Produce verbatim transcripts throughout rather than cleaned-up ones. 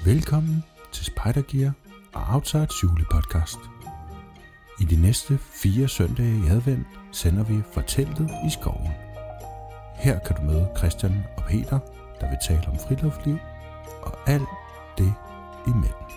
Velkommen til Spider-Gear og Outside's julepodcast. I de næste fire søndage i advent sender vi fra teltet i skoven. Her kan du møde Christian og Peter, der vil tale om friluftsliv og alt det imellem.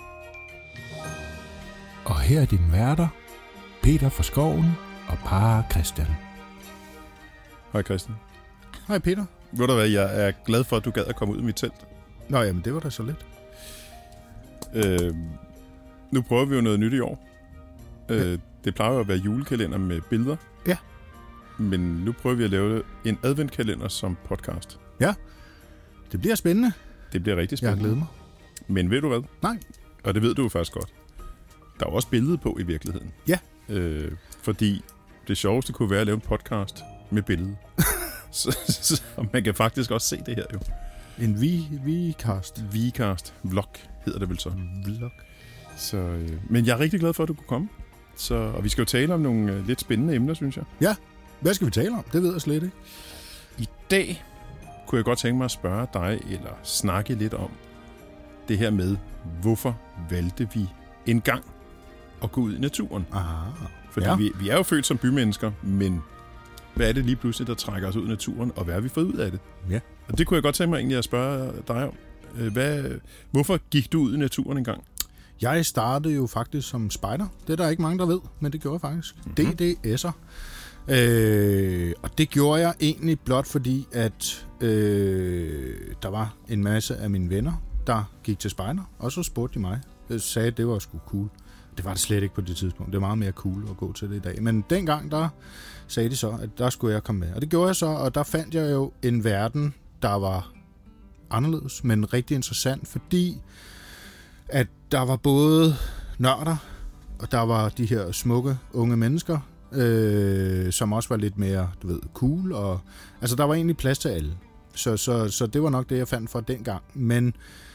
Og her er dine værter, Peter fra skoven og Par Christian. Hej Christian. Hej Peter. Ved du hvad, jeg er glad for, at du gad at komme ud i mit telt. Nå, jamen det var da så lidt. Øh, nu prøver vi jo noget nyt i år. Øh, ja. Det plejer jo at være julekalender med billeder. Ja. Men nu prøver vi at lave en adventkalender som podcast. Ja, det bliver spændende. Det bliver rigtig spændende. Jeg glæder mig. Men ved du hvad? Nej. Og det ved du jo faktisk godt. Der er jo også billede på i virkeligheden. Ja. Øh, fordi det sjoveste kunne være at lave en podcast med billede. så, så man kan faktisk også se det her jo. En vi-cast. Vi-cast. Vlog hedder det vel så. Vlog. Så, øh, men jeg er rigtig glad for, at du kunne komme. Så, og vi skal jo tale om nogle øh, lidt spændende emner, synes jeg. Ja. Hvad skal vi tale om? Det ved jeg slet ikke. I dag kunne jeg godt tænke mig at spørge dig, eller snakke lidt om det her med, hvorfor valgte vi en gang at gå ud i naturen? Aha. Fordi ja. vi, vi er jo født som bymennesker, men hvad er det lige pludselig, der trækker os ud i naturen, og hvad har vi fået ud af det? Ja. Og det kunne jeg godt tænke mig egentlig at spørge dig om. Hvad, hvorfor gik du ud i naturen en gang? Jeg startede jo faktisk som spejder. Det er der ikke mange, der ved, men det gjorde jeg faktisk. Mm-hmm. D D S'er. Øh, og det gjorde jeg egentlig blot fordi, at øh, der var en masse af mine venner, der gik til spejder, og så spurgte de mig. Jeg sagde, at det var sgu cool. Det var det slet ikke på det tidspunkt. Det er meget mere cool at gå til det i dag. Men dengang, der sagde de så, at der skulle jeg komme med. Og det gjorde jeg så, og der fandt jeg jo en verden, der var anderledes, men rigtig interessant, fordi at der var både nørder, og der var de her smukke unge mennesker, øh, som også var lidt mere, du ved, cool, og altså der var egentlig plads til alle. Så, så, så det var nok det, jeg fandt for dengang. Men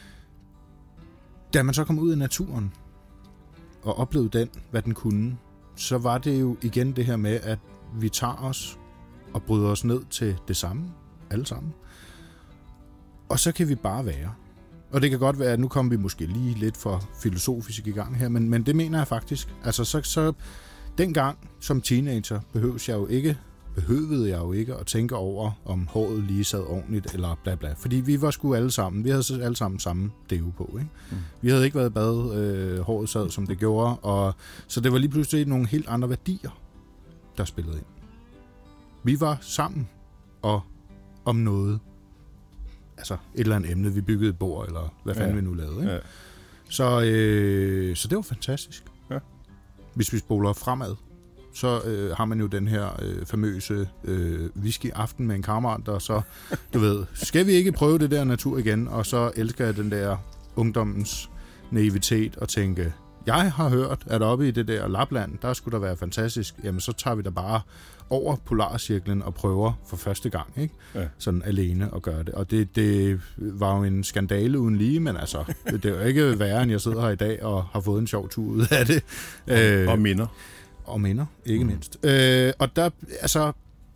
da man så kom ud i naturen, og oplevede den, hvad den kunne, så var det jo igen det her med, at vi tager os og bryder os ned til det samme, alle sammen. Og så kan vi bare være. Og det kan godt være, at nu kommer vi måske lige lidt for filosofisk i gang her, men, men det mener jeg faktisk. Altså så, så dengang som teenager behøvede jeg jo ikke, behøvede jeg jo ikke at tænke over, om håret lige sad ordentligt eller bla bla. Fordi vi var sgu alle sammen, vi havde alle sammen samme deo på, ikke? Mm. Vi havde ikke været i bad, øh, håret sad som det gjorde, og så det var lige pludselig nogle helt andre værdier, der spillede ind. Vi var sammen og om noget. Altså et eller andet emne, vi byggede et bord, eller hvad fanden ja. vi nu lavede, ikke? Ja. Så, øh, så det var fantastisk. Ja. Hvis vi spoler fremad, så øh, har man jo den her øh, famøse øh, whisky-aften med en kammerat, der så, du ved, skal vi ikke prøve det der natur igen? Og så elsker jeg den der ungdommens naivitet og tænke, jeg har hørt, at oppe i det der Lapland, der skulle der være fantastisk, jamen så tager vi da bare over polarcirklen og prøver for første gang, ikke? Ja. Sådan alene at gøre det. Og det, det var jo en skandale uden lige, men altså, det er jo ikke værre, end jeg sidder her i dag og har fået en sjov tur ud af det. Og, øh, og minder. Og minder, ikke mm. mindst. Øh, og der, altså,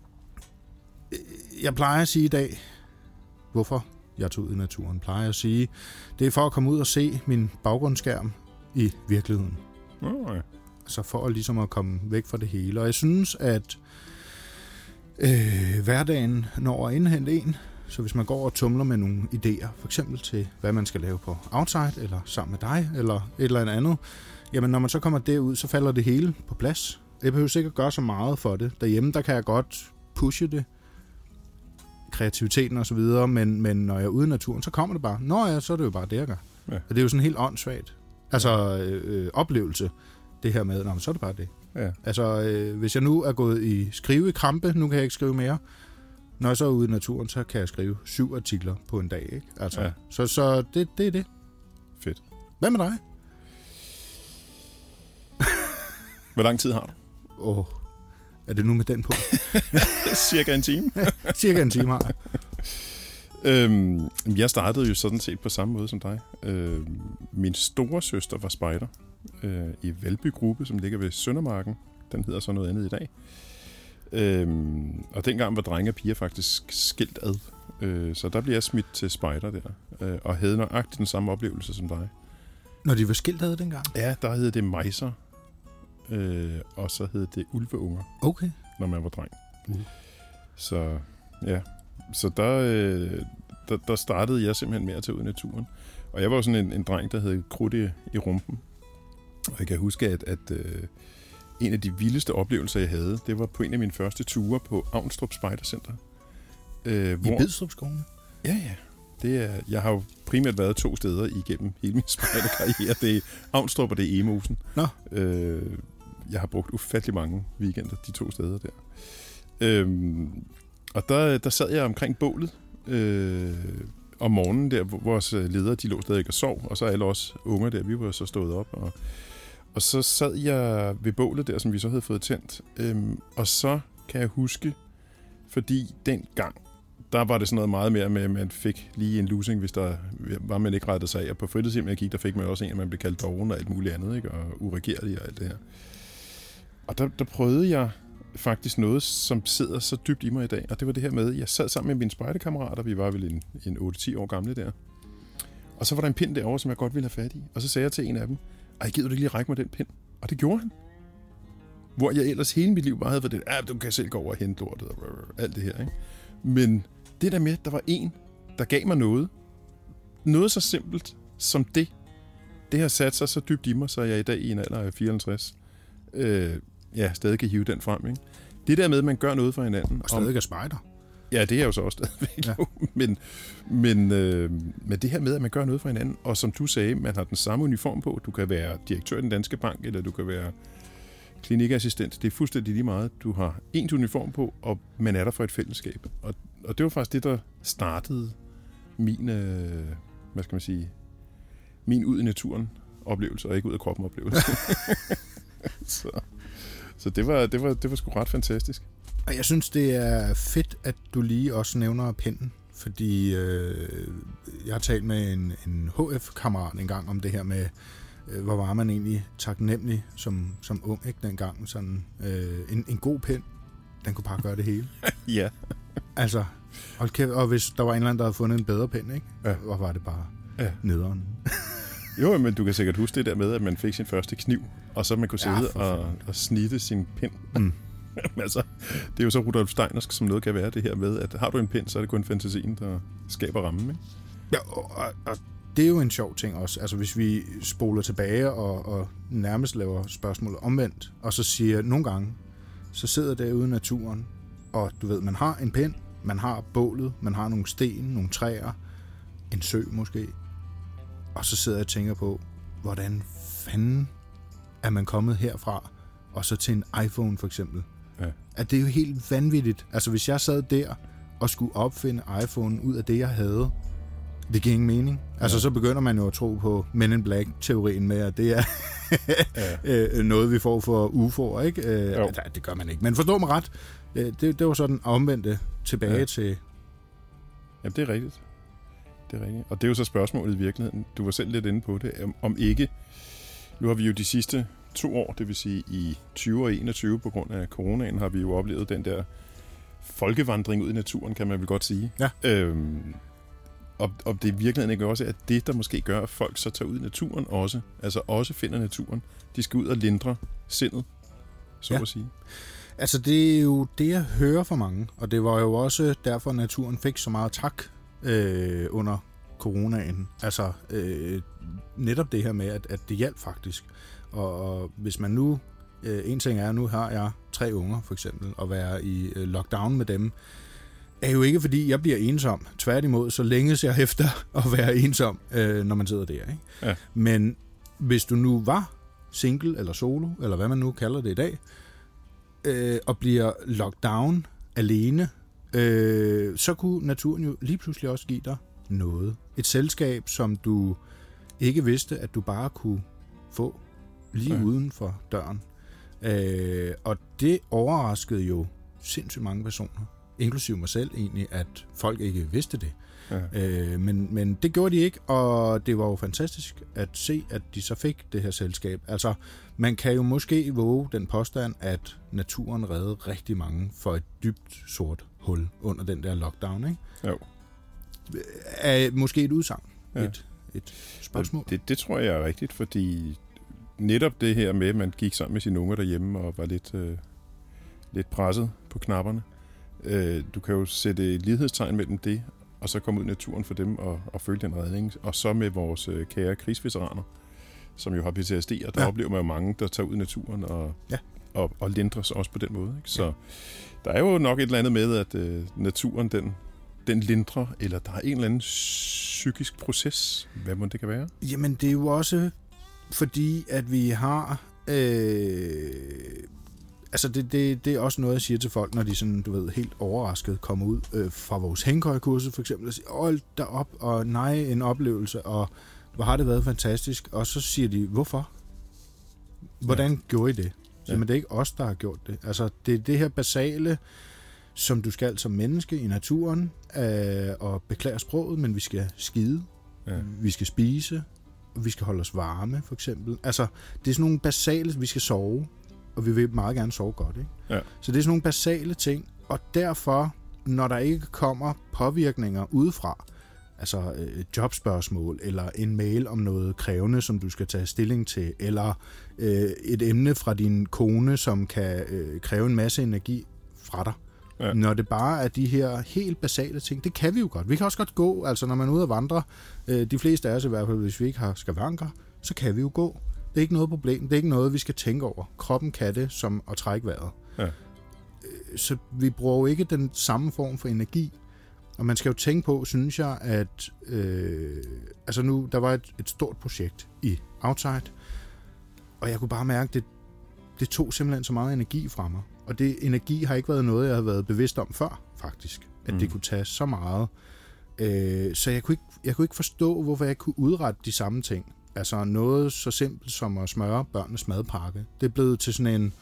jeg plejer at sige i dag, hvorfor jeg tog ud i naturen, plejer jeg at sige, det er for at komme ud og se min baggrundsskærm i virkeligheden. Okay. Altså for at ligesom at komme væk fra det hele. Og jeg synes, at øh, hverdagen når at indhente en, så hvis man går og tumler med nogle idéer, for eksempel til, hvad man skal lave på Outside, eller sammen med dig, eller et eller andet, jamen når man så kommer derud, så falder det hele på plads. Jeg behøver sikkert gøre så meget for det. Derhjemme, der kan jeg godt pushe det, kreativiteten og så videre, men, men når jeg er ude i naturen, så kommer det bare. Nå ja, så er det jo bare det, jeg gør. Ja. Og det er jo sådan helt åndssvagt. Altså øh, oplevelse, det her med, nå, men så er det bare det. Ja. Altså, øh, hvis jeg nu er gået i skrivekrampe, nu kan jeg ikke skrive mere. Når jeg så er ude i naturen, så kan jeg skrive syv artikler på en dag, ikke? Altså, ja. Så, så det, det er det. Fedt. Hvad med dig? Hvor lang tid har du? Åh, oh, er det nu med den på? Cirka en time. Cirka en time har jeg. Øhm, jeg startede jo sådan set på samme måde som dig. Øhm, min store søster var spejder øh, i Valby Gruppe, som ligger ved Søndermarken. Den hedder så noget andet i dag. Øhm, og dengang var drenge og piger faktisk skilt ad. Øh, så der bliver jeg smidt til spejder der, øh, og havde nøjagtigt den samme oplevelse som dig. Når de var skilt havde dengang? Ja, der hed det mejser, øh, og så hed det ulveunger, Okay. når man var dreng. Uh. Så ja, så der, øh, der, der startede jeg simpelthen med at tage ud i naturen. Og jeg var jo sådan en, en dreng, der havde krudt i, i rumpen. Og jeg kan huske, at, at øh, en af de vildeste oplevelser, jeg havde, det var på en af mine første ture på Avnstrup Spejdercenter. Øh, I Bidstrup-skovene? Ja, ja. Det er, jeg har jo primært været to steder igennem hele min spejderkarriere. Det er Avnstrup, og det er Emosen. Nå. Øh, jeg har brugt ufattelig mange weekender de to steder der. Øh, og der, der sad jeg omkring bålet øh, om morgenen der, hvor vores ledere, de lå stadig og sov, og så alle os unger der, vi var så stået op. Og, og så sad jeg ved bålet der, som vi så havde fået tændt. Øh, og så kan jeg huske, fordi dengang, der var det sådan noget meget mere med, at man fik lige en losing, hvis der var, man ikke rettede sig af. Og på fritidshjem, jeg gik, der fik man også en, at man blev kaldt doven og alt muligt andet, ikke? Og uregerlig og alt det her. Og der, der prøvede jeg faktisk noget, som sidder så dybt i mig i dag, og det var det her med, jeg sad sammen med mine spejderkammerater, vi var vel en, en otte ti år gamle der, og så var der en pind derovre, som jeg godt ville have fat i, og så sagde jeg til en af dem, ej, gider du ikke lige række mig den pind? Og det gjorde han. Hvor jeg ellers hele mit liv bare havde været det, ja, du kan selv gå over og hente lortet, og alt det her, ikke? Men det der med, der var en, der gav mig noget, noget så simpelt som det, det har sat sig så dybt i mig, så jeg i dag i en alder af fireoghalvtreds, øh, ja, stadig kan hive den frem, ikke? Det der med, at man gør noget for hinanden. Og stadig er spejder. Ja, det er jo så også stadigvæk. Ja. men men, øh, men det her med, at man gør noget for hinanden, og som du sagde, man har den samme uniform på. Du kan være direktør i den danske bank, eller du kan være klinikassistent. Det er fuldstændig lige meget. Du har ens uniform på, og man er der for et fællesskab. Og, og det var faktisk det, der startede min, øh, hvad skal man sige, min ud i naturen oplevelse, og ikke ud af kroppen oplevelse. så så det, var, det, var, det var sgu ret fantastisk. Og jeg synes, det er fedt, at du lige også nævner pinden, fordi øh, jeg har talt med en, en H F-kammerat engang om det her med, øh, hvor var man egentlig taknemmelig som, som ung, ikke, dengang. Sådan, øh, en, en god pind, den kunne bare gøre det hele. Ja. Altså, hold kæft, og hvis der var en eller anden, der havde fundet en bedre pind, ikke? Ja. Hvor var det bare ja. Nederen. Jo, men du kan sikkert huske det der med, at man fik sin første kniv, og så man kunne sidde ja, og, og snitte sin pind. Mm. altså, det er jo så Rudolf Steinersk, som noget kan være det her med, at har du en pind, så er det kun fantasien, der skaber rammen, ikke? Ja, og, og det er jo en sjov ting også. Altså, hvis vi spoler tilbage og, og nærmest laver spørgsmålet omvendt, og så siger nogle gange, så sidder der ude i naturen, og du ved, man har en pind, man har bålet, man har nogle sten, nogle træer, en sø måske, og så sidder jeg og tænker på, hvordan fanden er man kommet herfra, og så til en iPhone for eksempel. Ja. At det er jo helt vanvittigt. Altså hvis jeg sad der og skulle opfinde iPhone ud af det, jeg havde, det giver ingen mening. Altså ja. Så begynder man jo at tro på Men in Black-teorien med, at det er ja. noget, vi får for U F O'er, ikke? Øh, det gør man ikke. Men forstå mig ret, det, det var sådan omvendte tilbage ja. til... Jamen det er rigtigt. Det er rigtigt. Og det er jo så spørgsmålet i virkeligheden. Du var selv lidt inde på det. Om, om ikke... Nu har vi jo de sidste to år, det vil sige i tyve og enogtyve, på grund af coronaen, har vi jo oplevet den der folkevandring ud i naturen, kan man vel godt sige. Ja. Øhm, og, og det i virkeligheden ikke også er det, der måske gør, at folk så tager ud i naturen også. Altså også finder naturen. De skal ud og lindre sindet, så ja. At sige. Altså det er jo det, jeg hører fra mange. Og det var jo også derfor, naturen fik så meget tak øh, under coronaen. Altså øh, netop det her med, at, at det hjalp faktisk. Og, og hvis man nu, øh, en ting er, nu har jeg tre unger for eksempel, og være i øh, lockdown med dem, er jo ikke fordi, jeg bliver ensom. Tværtimod, så længes jeg efter at være ensom, øh, når man sidder der. Ikke? Ja. Men hvis du nu var single eller solo, eller hvad man nu kalder det i dag, øh, og bliver lockdown alene, øh, så kunne naturen jo lige pludselig også give dig noget. Et selskab, som du ikke vidste, at du bare kunne få lige ja. Uden for døren. Øh, og det overraskede jo sindssygt mange personer, inklusive mig selv egentlig, at folk ikke vidste det. Ja. Øh, men, men det gjorde de ikke, og det var jo fantastisk at se, at de så fik det her selskab. Altså, man kan jo måske våge den påstand, at naturen reddede rigtig mange for et dybt sort hul under den der lockdown, ikke? Jo. er måske et udsagn. Ja. Et, et spørgsmål. Det, det tror jeg er rigtigt, fordi netop det her med, at man gik sammen med sine unger derhjemme og var lidt, øh, lidt presset på knapperne. Øh, du kan jo sætte et lighedstegn mellem det, og så komme ud i naturen for dem og, og følge den redning. Og så med vores øh, kære krigsveteraner, som jo har P T S D, og der ja. oplever man jo mange, der tager ud i naturen og, ja. og, og lindrer sig også på den måde. Ikke? Så ja. der er jo nok et eller andet med, at øh, naturen, den, den lindrer, eller der er en eller anden psykisk proces. Hvad må det kan være? Jamen, det er jo også fordi, at vi har... Øh, altså, det, det, det er også noget, jeg siger til folk, når de sådan, du ved, helt overrasket kommer ud øh, fra vores hængekøjekurser, for eksempel, og siger, hold da op, og nej, en oplevelse, og hvor har det været fantastisk, og så siger de, hvorfor? Hvordan ja. gjorde I det? Så, ja. Men det er ikke os, der har gjort det. Altså, det er det her basale, som du skal som menneske i naturen, øh, og beklage sproget, men vi skal skide, ja. vi skal spise, og vi skal holde os varme, for eksempel. Altså, det er sådan nogle basale, vi skal sove, og vi vil meget gerne sove godt, ikke? Ja. Så det er sådan nogle basale ting, og derfor, når der ikke kommer påvirkninger udefra, altså øh, jobspørgsmål, eller en mail om noget krævende, som du skal tage stilling til, eller øh, et emne fra din kone, som kan øh, kræve en masse energi fra dig. Ja. Når det bare er de her helt basale ting, det kan vi jo godt. Vi kan også godt gå, altså når man er ude at vandre, øh, de fleste af os i hvert fald, hvis vi ikke har skavanker, så kan vi jo gå. Det er ikke noget problem, det er ikke noget, vi skal tænke over. Kroppen kan det som at trække vejret. Ja. Så vi bruger jo ikke den samme form for energi. Og man skal jo tænke på, synes jeg, at øh, altså nu, der var et, et stort projekt i Outside, og jeg kunne bare mærke, at det, det tog simpelthen så meget energi fra mig. Og det energi har ikke været noget, jeg har været bevidst om før, faktisk. At mm. det kunne tage så meget. Øh, så jeg kunne, ikke, jeg kunne ikke forstå, hvorfor jeg kunne udrette de samme ting. Altså noget så simpelt som at smøre børnenes madpakke. Det er blevet til sådan en...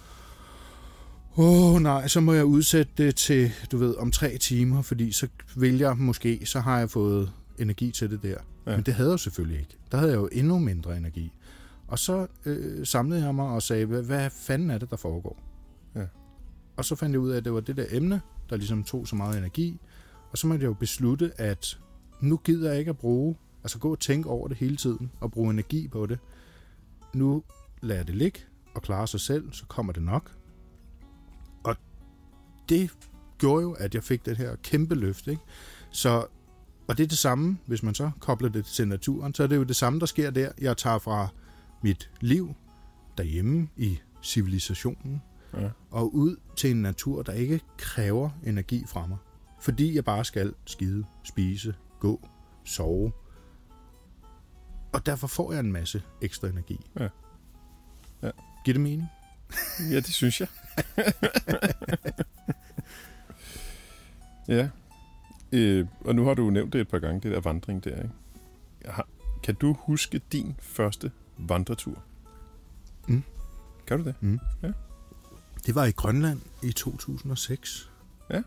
Åh oh, nej, så må jeg udsætte det til, du ved, om tre timer, fordi så vil jeg måske, så har jeg fået energi til det der. Ja. Men det havde jeg selvfølgelig ikke. Der havde jeg jo endnu mindre energi. Og så øh, samlede jeg mig og sagde, hvad, hvad fanden er det, der foregår? Ja. Og så fandt jeg ud af, at det var det der emne, der ligesom tog så meget energi. Og så måtte jeg jo beslutte, at nu gider jeg ikke at bruge, altså gå og tænke over det hele tiden, og bruge energi på det. Nu lader det ligge og klare sig selv, så kommer det nok. Og det gjorde jo, at jeg fik det her kæmpe løft, ikke? Så, og det er det samme, hvis man så kobler det til naturen, så er det jo det samme, der sker der. Jeg tager fra mit liv derhjemme i civilisationen, ja. og ud til en natur, der ikke kræver energi fra mig. Fordi jeg bare skal skide, spise, gå, sove. Og derfor får jeg en masse ekstra energi. Ja. Ja. Giver det mening? Ja, det synes jeg. Ja. Øh, og nu har du nævnt det et par gange, det der vandring der, ikke? Har, kan du huske din første vandretur? Mm. Kan du det? Mm. Ja. Det var i Grønland i to tusind og seks. Ja.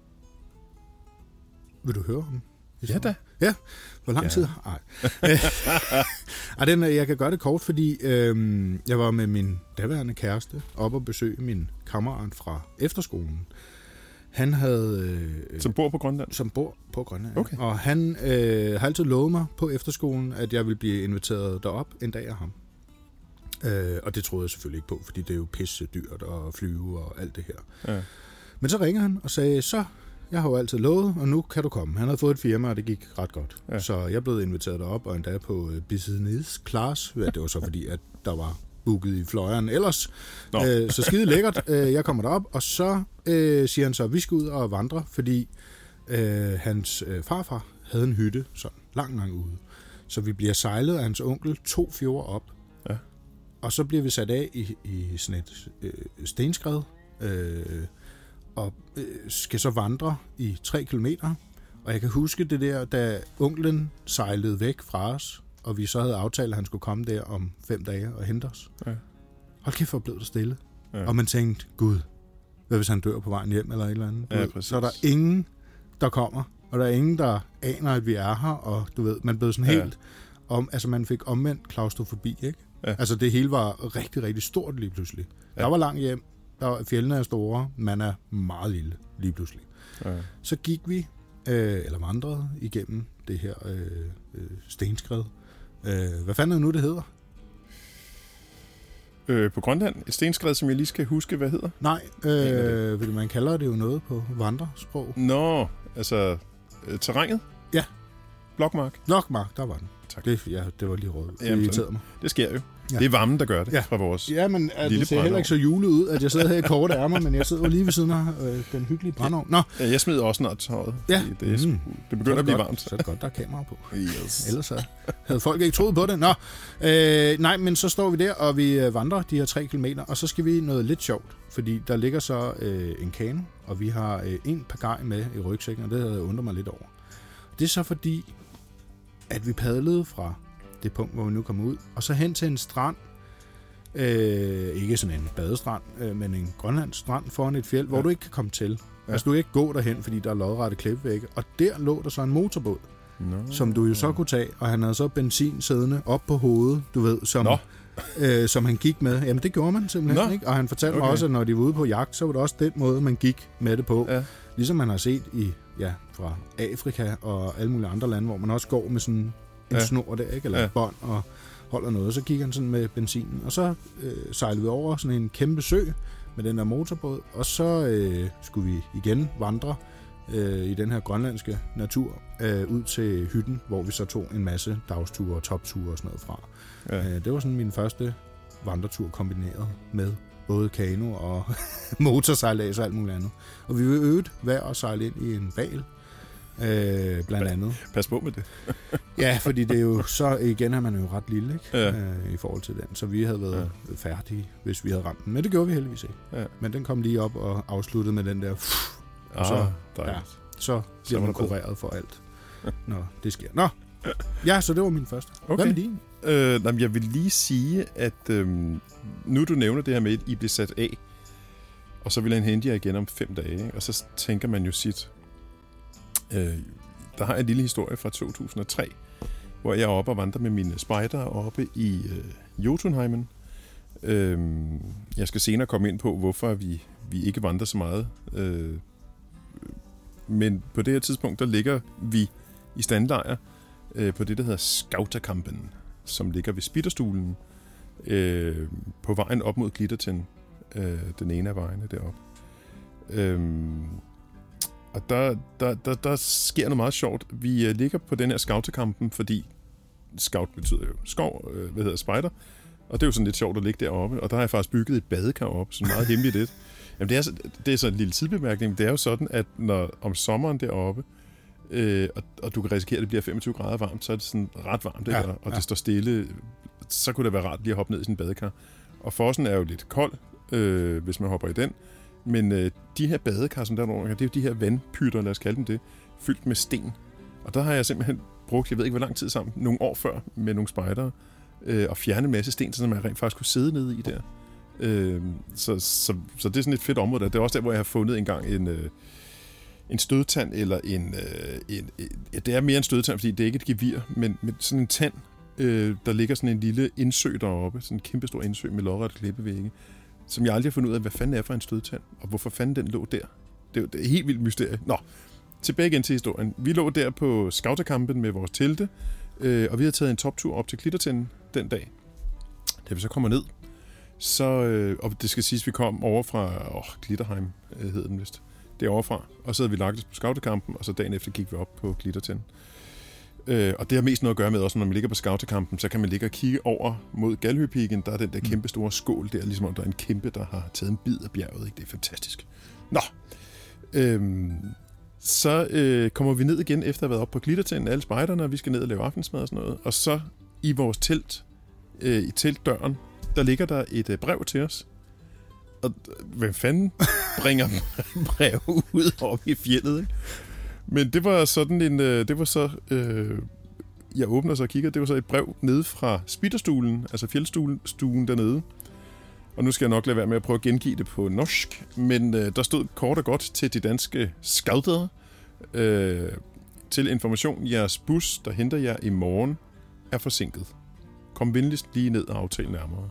Vil du høre om? Ja da. Ja. Hvor lang ja. tid? Nej. Ej, den, jeg kan gøre det kort, fordi øhm, jeg var med min daværende kæreste op og besøge min kammerat fra efterskolen. Han havde... Øh, som bor på Grønland? Som bor på Grønland, okay. Og han øh, har altid lovet mig på efterskolen, at jeg ville blive inviteret derop en dag af ham. Øh, og det troede jeg selvfølgelig ikke på, fordi det er jo pisse dyrt at flyve og alt det her. Ja. Men så ringer han og sagde, så... Jeg har jo altid lovet, og nu kan du komme. Han havde fået et firma, og det gik ret godt. Ja. Så jeg blev inviteret derop, og endda på business class. Ja, det var så fordi, at der var booket i flyeren ellers. Æ, så skide lækkert. Jeg kommer derop, og så øh, siger han så, at vi skal ud og vandre, fordi øh, hans øh, farfar havde en hytte, sådan langt, langt ude. Så vi bliver sejlet af hans onkel to fjorde op. Ja. Og så bliver vi sat af i, i sådan et øh, stenskred, øh, og øh, skal så vandre i tre kilometer. Og jeg kan huske det der, da onklen sejlede væk fra os, og vi så havde aftalt, at han skulle komme der om fem dage og hente os. Ja. Hold kæft, hvor blev der stille. Ja. Og man tænkte, gud, hvad hvis han dør på vejen hjem eller et eller andet? Ja, så er der ingen, der kommer, og der er ingen, der aner, at vi er her, og du ved, man blev sådan ja. helt om, altså man fik omvendt klaustrofobi, ikke? Ja. Altså det hele var rigtig, rigtig stort lige pludselig. Ja. Der var langt hjem, der var, fjellene er store, man er meget lille lige pludselig. Ja. Så gik vi, øh, eller vandrede igennem det her øh, øh, stenskred. Øh, hvad fanden er det nu, det hedder? Øh, på Grønland. Et stenskred, som jeg lige skal huske, hvad hedder? Nej, øh, vil man kalder det jo noget på vandresprog. Nå, altså øh, terrænet? Ja. Blokmark? Blokmark, der var den. Tak. Det, ja, det var lige råd. Det Jamen, irriterede mig. Det sker jo. Ja. Det er varmen, der gør det Ja. fra vores Ja, men at lille det ser heller ikke så julet ud, at jeg sidder her i korte ærmer, men jeg sidder jo lige ved siden af øh, den hyggelige brændeovn. Nå. Ja, jeg smider også snart tøjet. Ja. Det, er, Mm. det begynder at blive godt, varmt. Så er det godt, der er kamera på. Yes. Ellers så havde folk ikke troet på det. Nå, øh, nej, men så står vi der, og vi vandrer de her tre kilometer, og så skal vi noget lidt sjovt, fordi der ligger så øh, en kano, og vi har øh, en pagaj med i rygsækken, og det havde jeg undret mig lidt over. Det er så fordi, at vi padlede fra det punkt, hvor vi nu kommer ud, og så hen til en strand, øh, ikke sådan en badestrand, øh, men en grønlandsk strand foran et fjeld, ja. Hvor du ikke kan komme til. Ja. Altså du kan ikke gå derhen, fordi der er lodrette klippevægge, og der lå der så en motorbåd, no. som du jo så kunne tage, og han havde så benzin siddende op på hovedet, du ved, som, no. øh, som han gik med. Jamen det gjorde man simpelthen, no. ikke? Og han fortalte okay. mig også, at når de var ude på jagt, så var det også den måde, man gik med det på. Ja. Ligesom man har set i, ja, fra Afrika og alle mulige andre lande, hvor man også går med sådan en ja. snor der, ikke? Eller ja. et bånd og holder noget. Så gik han sådan med benzinen, og så øh, sejlede vi over sådan en kæmpe sø med den der motorbåd, og så øh, skulle vi igen vandre øh, i den her grønlandske natur øh, ud til hytten, hvor vi så tog en masse dagsture og topture og sådan noget fra. Ja. Øh, det var sådan min første vandretur kombineret med både kano og motorsejlads og alt muligt andet. Og vi vil øvet hver at sejle ind i en bal, øh, blandt andet. Pas på med det. Ja, fordi det er jo så, igen er man jo ret lille, ikke? Ja. Øh, i forhold til den. Så vi havde været ja. færdige, hvis vi havde ramt den. Men det gjorde vi heldigvis ikke. Ja. Men den kom lige op og afsluttede med den der... Pff, og ah, så, ja, så bliver man kureret for alt, når det sker. Nå, ja, så det var min første. Okay. Hvad med din? Øh, nej, jeg vil lige sige, at øhm, nu du nævner det her med, at I bliver sat af, og så vil han hente jer igen om fem dage, ikke? Og så tænker man jo sit... Øh, der har jeg en lille historie fra to tusind og tre, hvor jeg er oppe og vandrer med mine spejder oppe i øh, Jotunheimen. Øh, jeg skal senere komme ind på, hvorfor vi, vi ikke vandrer så meget. Øh, men på det her tidspunkt, der ligger vi i standlejr øh, på det, der hedder Skauterkampen, som ligger ved Spitterstulen øh, på vejen op mod Glitterten, øh, den ene af vejene deroppe. Øh, Og der, der, der, der sker noget meget sjovt. Vi uh, ligger på den her Skauterkampen, fordi scout betyder jo skov, øh, hvad hedder spejder. Og det er jo sådan lidt sjovt at ligge deroppe. Og der har jeg faktisk bygget et badekar op, sådan meget hemmeligt lidt. Jamen det er, det er så en lille sidebemærkning. Det er jo sådan, at når om sommeren deroppe, øh, og, og du kan risikere, at det bliver femogtyve grader varmt, så er det sådan ret varmt, ja, og ja. det står stille. Så kunne det være rart lige at hoppe ned i sådan en badekar. Og fossen er jo lidt kold, øh, hvis man hopper i den. Men øh, de her badekar, som der er under, det er jo de her vandpytter, lad os kalde dem det, fyldt med sten. Og der har jeg simpelthen brugt, jeg ved ikke hvor lang tid sammen, nogle år før med nogle spejdere, øh, og fjerne en masse sten, så man rent faktisk kunne sidde nede i der. Øh, så, så, så det er sådan et fedt område der. Det er også der, hvor jeg har fundet engang en, øh, en stødtand, eller en, øh, en, en... Ja, det er mere en stødtand, fordi det er ikke et gevir, men, men sådan en tand, øh, der ligger sådan en lille indsø deroppe, sådan en kæmpestor indsø med lodrette klippevægge, som jeg aldrig har fundet ud af, hvad fanden er for en stødtand, og hvorfor fanden den lå der. Det er, det er et helt vildt mysterie. Nå, tilbage igen til historien. Vi lå der på Skauterkampen med vores telte, øh, og vi havde taget en toptur op til Glitterten den dag. Da vi så kommer ned, så, øh, og det skal siges, at vi kom over fra, åh, Glitterheim øh, hed den vist, derovre fra, og så havde vi lagt os på Skauterkampen, og så dagen efter gik vi op på Glitterten. Øh, og det har mest noget at gøre med også, når man ligger på Skauterkampen, så kan man ligge og kigge over mod Galhøjpigen. Der er den der kæmpe store skål der, ligesom om der er en kæmpe, der har taget en bid af bjerget. Ikke? Det er fantastisk. Nå, øhm, så øh, kommer vi ned igen, efter at have været oppe på Glitterten, alle spejderne, og vi skal ned og lave aftensmad og sådan noget. Og så i vores telt, øh, i teltdøren, der ligger der et øh, brev til os. Og hvem fanden bringer brev ud oppe i fjeldet, ikke? Men det var sådan en, det var så, øh, jeg åbner så og kigger, det var så et brev nede fra Spitterstulen, altså fjeldstuen dernede. Og nu skal jeg nok lade være med at prøve at gengive det på norsk, men øh, der stod kort og godt til de danske scoutere, øh, til information, jeres bus, der henter jer i morgen, er forsinket. Kom venligst lige ned og aftale nærmere.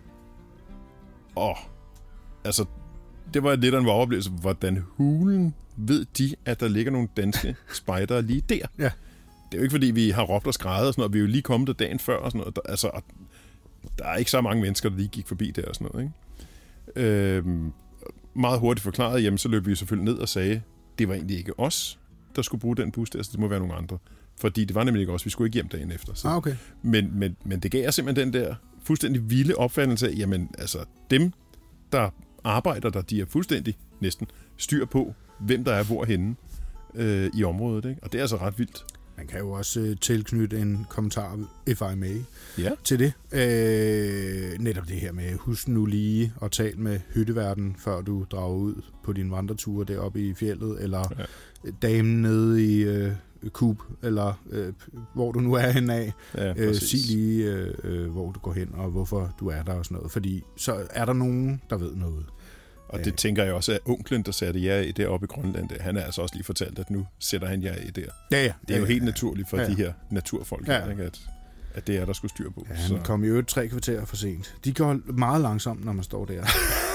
Åh, altså, det var lidt af en wow-oplevelse. Hvordan hulen ved de, at der ligger nogle danske spejdere lige der? Ja. det er jo ikke, fordi vi har råbt og skreget og sådan noget. Vi er jo lige kommet der dagen før og sådan noget. Der, altså, der er ikke så mange mennesker, der lige gik forbi der og sådan noget, ikke? Øhm, meget hurtigt forklaret, jamen så løb vi selvfølgelig ned og sagde, det var egentlig ikke os, der skulle bruge den bus der, så det må være nogle andre. Fordi det var nemlig ikke os, vi skulle ikke hjem dagen efter. Så. Ah, okay. Men, men, men det gav os simpelthen den der fuldstændig vilde opfattelse af, jamen altså dem, der arbejder der, de er fuldstændig næsten styr på, hvem der er hvorhenne øh, i området, ikke? Og det er altså ret vildt. Man kan jo også øh, tilknytte en kommentar, if I may, ja. til det. Øh, netop det her med, husk nu lige at tale med hytteverden, før du drager ud på din vandretur deroppe i fjeldet, eller ja. damen nede i øh, Kub, eller øh, hvor du nu er henne af. Ja, øh, sig lige, øh, hvor du går hen, og hvorfor du er der og sådan noget. Fordi så er der nogen, der ved noget. Og det tænker jeg også, at onklen, der satte jer i deroppe i Grønland, der, han er altså også lige fortalt, at nu sætter han jer i der. Ja, ja. Det er jo ja, helt ja, naturligt for ja, ja. de her naturfolk, ja. ikke, at, at det er der skulle styr på. Ja, han så. kom jo tre kvarter for sent. De går meget langsomt, når man står der.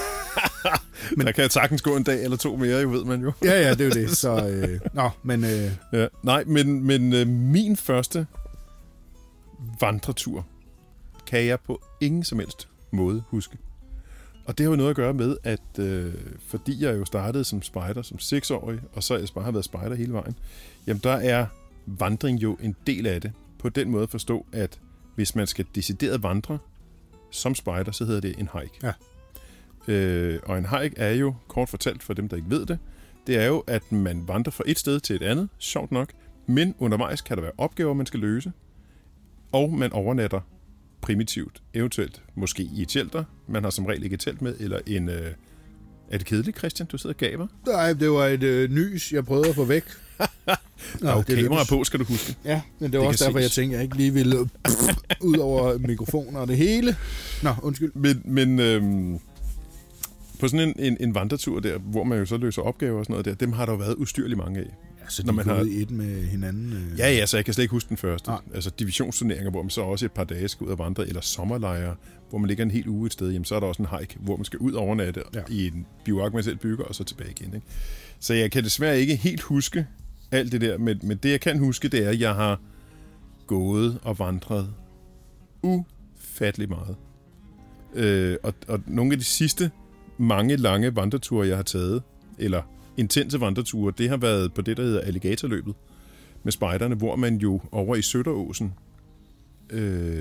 Men der kan jeg sagtens gå en dag eller to mere, jo ved man jo. ja, ja, det er jo det. Så, øh, nå, men... Øh... Ja, nej, men, men øh, min første vandretur kan jeg på ingen som helst måde huske. Og det har jo noget at gøre med, at øh, fordi jeg jo startede som spejder som seksårig, og så jeg bare har været spejder hele vejen, jamen der er vandring jo en del af det. På den måde at forstå, at hvis man skal decideret vandre som spejder, så hedder det en hike. Ja. Øh, og en hike er jo, kort fortalt for dem, der ikke ved det, det er jo, at man vandrer fra et sted til et andet, sjovt nok, men undervejs kan der være opgaver, man skal løse, og man overnatter primitivt, eventuelt måske i et shelter. Man har som regel ikke et telt med, eller en... Øh, er det kedeligt, Christian? Du sidder og gaber? Nej, det var et øh, nys, jeg prøvede at få væk. Nå, og kamera på, skal du huske. Ja, men det var det også derfor, ses. Jeg tænkte, jeg ikke lige ville ud over mikrofoner og det hele. Nå, undskyld. Men, men øhm, på sådan en, en, en vandretur der, hvor man jo så løser opgaver og sådan noget der, dem har der jo været ustyrligt mange af. Så de når man har i et med hinanden? Øh... Ja, ja, så jeg kan slet ikke huske den første. Ah. Altså divisionsturneringer, hvor man så også et par dage skal ud og vandre, eller sommerlejre, hvor man ligger en hel uge et sted, jamen så er der også en hike, hvor man skal ud overnatte ja. i en bivak, man selv bygger, og så tilbage igen. Ikke? Så jeg kan desværre ikke helt huske alt det der, men, men det jeg kan huske, det er, at jeg har gået og vandret ufattelig meget. Øh, og, og nogle af de sidste mange lange vandreture, jeg har taget, eller intense vandreture, det har været på det, der hedder alligatorløbet med spejderne, hvor man jo over i Sønderåsen øh,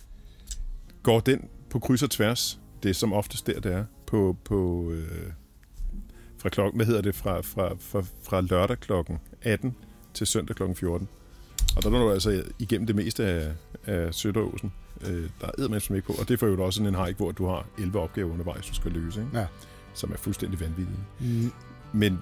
går den på kryds og tværs. Det er som oftest der, det er. På, på, øh, fra klokken, hvad hedder det, fra, fra, fra, fra lørdag klokken atten til søndag klokken fjorten. Og der er du altså igennem det meste af, af Sønderåsen. Øh, der er eddermame ikke på, og det får jo også sådan en hike, hvor du har elleve opgaver undervejs, du skal løse, ikke? Ja. Som er fuldstændig vanvittige. Mm. Men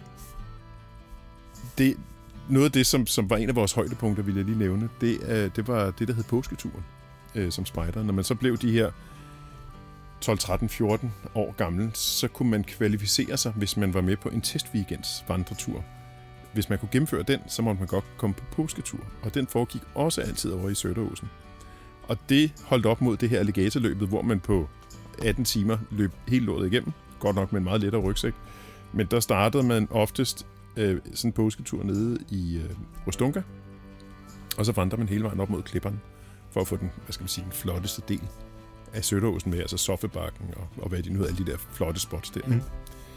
det, noget af det, som, som var en af vores højdepunkter, vil jeg lige nævne, det, uh, det var det, der hed påsketuren uh, som spejder. Når man så blev de her tolv, tretten, fjorten år gammel, så kunne man kvalificere sig, hvis man var med på en testweekends vandretur. Hvis man kunne gennemføre den, så måtte man godt komme på påsketur. Og den foregik også altid over i Sønderåsen. Og det holdt op mod det her alligatorløbet, hvor man på atten timer løb helt låget igennem. Godt nok med en meget lettere rygsæk. Men der startede man oftest øh, sådan en påsketur nede i øh, Rostunga. Og så vandrer man hele vejen op mod klipperne, for at få den, hvad skal man sige, den flotteste del af Sønderåsen med, altså Soffebakken og, og hvad de nu hedder, alle de der flotte spots der. Mm.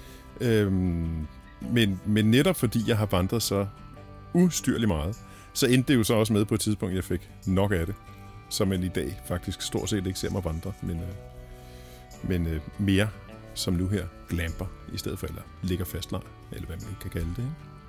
Øhm, men, men netop fordi jeg har vandret så ustyrligt meget, så endte det jo så også med på et tidspunkt, jeg fik nok af det. Så man i dag faktisk stort set ikke ser mig vandre, men, øh, men øh, mere som nu her glamper i stedet for, eller ligger fastlejr, eller hvad man nu kan kalde det. Ikke?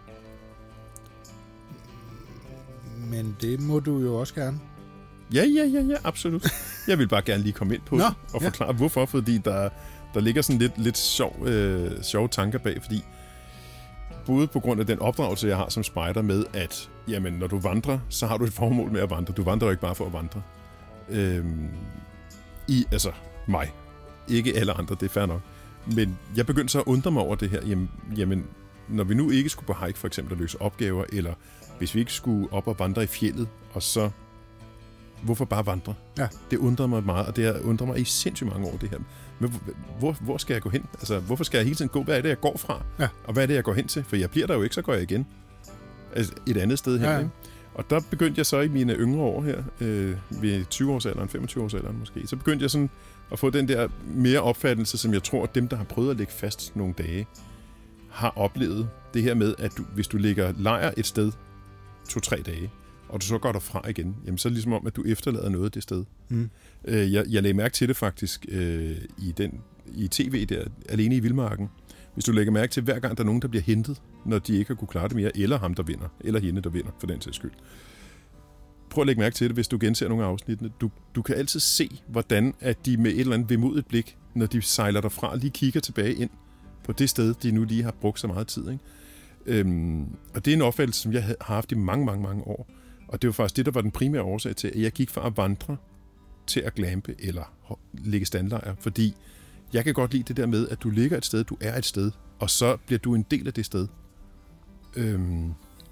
Men det må du jo også gerne. Ja, ja, ja, ja, absolut. Jeg vil bare gerne lige komme ind på Nå, det, og forklare ja. hvorfor, fordi der, der ligger sådan lidt, lidt sjov, øh, sjove tanker bag, fordi både på grund af den opdragelse, jeg har som spejder med, at jamen, når du vandrer, så har du et formål med at vandre. Du vandrer jo ikke bare for at vandre. Øhm, I, altså mig. Ikke alle andre, det er fair nok. Men jeg begyndte så at undre mig over det her. Jamen, jamen, når vi nu ikke skulle på hike for eksempel at løse opgaver, eller hvis vi ikke skulle op og vandre i fjeldet, og så hvorfor bare vandre? Ja. Det undrer mig meget, og det har undret mig i sindssygt mange år, det her. Men hvor, hvor skal jeg gå hen? Altså, hvorfor skal jeg hele tiden gå? Hvad er det, jeg går fra? Ja. Og hvad er det, jeg går hen til? For jeg bliver der jo ikke, så går jeg igen. Altså, et andet sted hen, ja, ja. ikke? Og der begyndte jeg så i mine yngre år her, øh, ved tyve-årsalderen, femogtyve-årsalderen måske, så begyndte jeg sådan at få den der mere opfattelse, som jeg tror, at dem, der har prøvet at lægge fast nogle dage, har oplevet det her med, at du, hvis du lægger lejr et sted to-tre dage, og du så går derfra igen, jamen så er det ligesom om, at du efterlader noget det sted. Mm. Øh, jeg, jeg lagde mærke til det faktisk øh, i, den, i tv der, alene i Vildmarken. Hvis du lægger mærke til, hver gang der er nogen, der bliver hentet, når de ikke har kunne klare det mere, eller ham, der vinder, eller hende, der vinder, for den sags skyld. Prøv at lægge mærke til det, hvis du genser nogle af afsnittene. Du, du kan altid se, hvordan at de med et eller andet vemodigt blik, når de sejler derfra, lige kigger tilbage ind på det sted, de nu lige har brugt så meget tid. Ikke? Øhm, og det er en opfattelse, som jeg har haft i mange, mange, mange år. Og det var faktisk det, der var den primære årsag til, at jeg gik fra at vandre til at glampe eller ligge standlejr. Fordi jeg kan godt lide det der med, at du ligger et sted, du er et sted, og så bliver du en del af det sted. Øhm,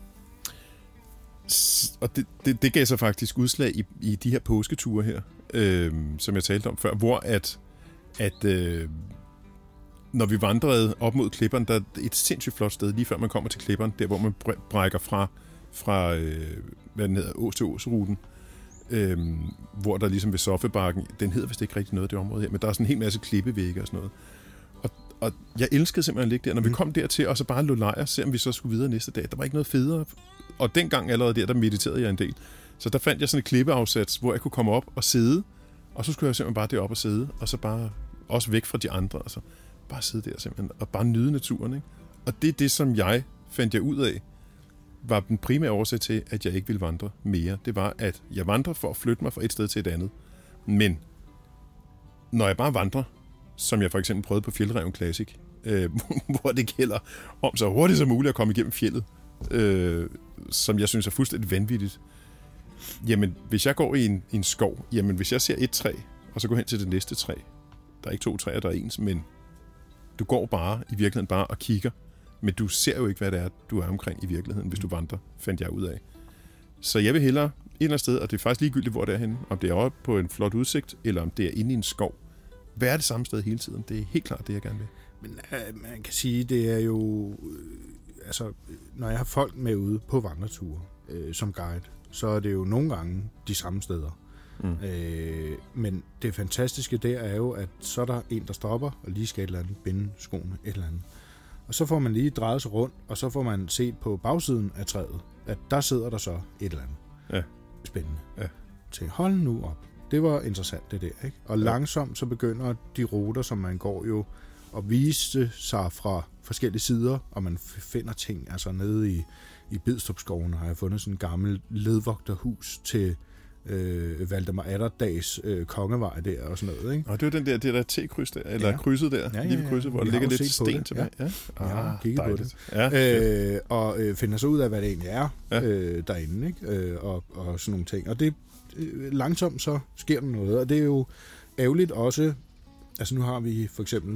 og det, det, det gav sig faktisk udslag i, i de her påsketure her, øhm, som jeg talte om før, hvor at, at øh, når vi vandrede op mod klipperne, der er et sindssygt flot sted, lige før man kommer til klipperne, der hvor man brækker fra, fra øh, hvad den hedder, Ås til Ås-ruten, øhm, hvor der ligesom ved Soffebakken, den hedder vist ikke rigtig noget af det område her, men der er sådan en hel masse klippevægge og sådan noget. Og, og jeg elskede simpelthen at ligge der. Når mm. vi kom dertil, og så bare lå lejr, se om vi så skulle videre næste dag, der var ikke noget federe. Og dengang allerede der, der mediterede jeg en del. Så der fandt jeg sådan et klippeafsats, hvor jeg kunne komme op og sidde, og så skulle jeg simpelthen bare derop og sidde, og så bare også væk fra de andre, og så bare sidde der simpelthen, og bare nyde naturen, ikke? Og det er det, som jeg fandt jeg ud af, var den primære årsag til, at jeg ikke ville vandre mere. Det var, at jeg vandrer for at flytte mig fra et sted til et andet. Men når jeg bare vandrer, som jeg for eksempel prøvede på Fjällräven Classic, øh, hvor det gælder om så hurtigt som muligt at komme igennem fjeldet, øh, som jeg synes er fuldstændig vanvittigt. Jamen, hvis jeg går i en, i en skov, jamen hvis jeg ser et træ, og så går hen til det næste træ, der er ikke to træer, der er ens, men du går bare i virkeligheden bare og kigger, men du ser jo ikke, hvad det er, du er omkring i virkeligheden, hvis du vandrer, fandt jeg ud af. Så jeg vil hellere et eller andet sted, og det er faktisk ligegyldigt, hvor det er henne, om det er oppe på en flot udsigt, eller om det er inde i en skov. Være det samme sted hele tiden, det er helt klart det, jeg gerne vil. Men øh, man kan sige, det er jo, øh, altså, når jeg har folk med ude på vandreture øh, som guide, så er det jo nogle gange de samme steder. Mm. Øh, men det fantastiske der er jo, at så er der en, der stopper, og lige skal et eller andet binde skoene, et eller andet. Og så får man lige drejet sig rundt, og så får man set på bagsiden af træet, at der sidder der så et eller andet ja. spændende. Ja. Til hold nu op. Det var interessant det der, ikke? Og ja. langsomt så begynder de ruter, som man går jo, at vise sig fra forskellige sider, og man finder ting, altså nede i, i Bidstrupskoven har jeg fundet sådan en gammel ledvogterhus til øh, Valdemar Atterdags øh, kongevej der og sådan noget, ikke? Og det er jo den der, det der T-kryds der, eller ja. krydset der, ja, ja, ja. lige ved krydset, hvor der ligger lidt sten tilbage. Ja, ja. Ah, kigget på det. Ja. Øh, og øh, finder så ud af, hvad det egentlig er ja. øh, derinde, ikke? Øh, og, og sådan nogle ting. Og det øh, langsomt så sker der noget, og det er jo ærgerligt også, altså nu har vi for eksempel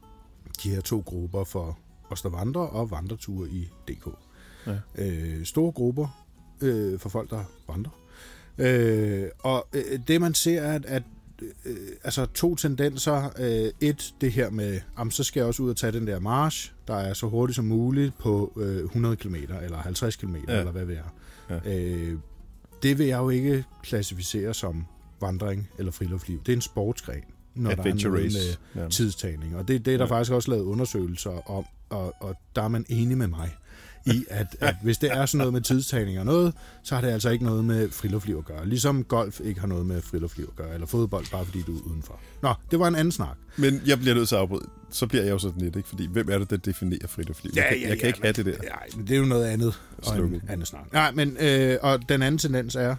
de her to grupper for os, der vandrer, og vandreture i D K. Ja. Øh, store grupper øh, for folk, der vandrer. Øh, og øh, det man ser er, at, at øh, altså to tendenser. Øh, et, det her med, jamen, så skal jeg også ud og tage den der march, der er så hurtigt som muligt på øh, hundrede kilometer, eller halvtreds kilometer, ja. eller hvad det er. Ja. Øh, det vil jeg jo ikke klassificere som vandring eller friluftsliv. Det er en sportsgren, når Adventure der er race. med ja. tidstagning. Og det, det er der ja. faktisk også lavet undersøgelser om, og, og der er man enig med mig i, at, at hvis det er sådan noget med tidstagning og noget, så har det altså ikke noget med friluftsliv at gøre. Ligesom golf ikke har noget med friluftsliv at gøre, eller fodbold, bare fordi du er udenfor. Nå, det var en anden snak. Men jeg bliver nødt til at afbryde. Så bliver jeg jo sådan lidt, ikke? Fordi hvem er det, der definerer friluftsliv? Ja, jeg kan, ja, jeg kan ja, ikke men, have det der. Nej, men det er jo noget andet. Og en anden snak. Nej, men øh, og den anden tendens er,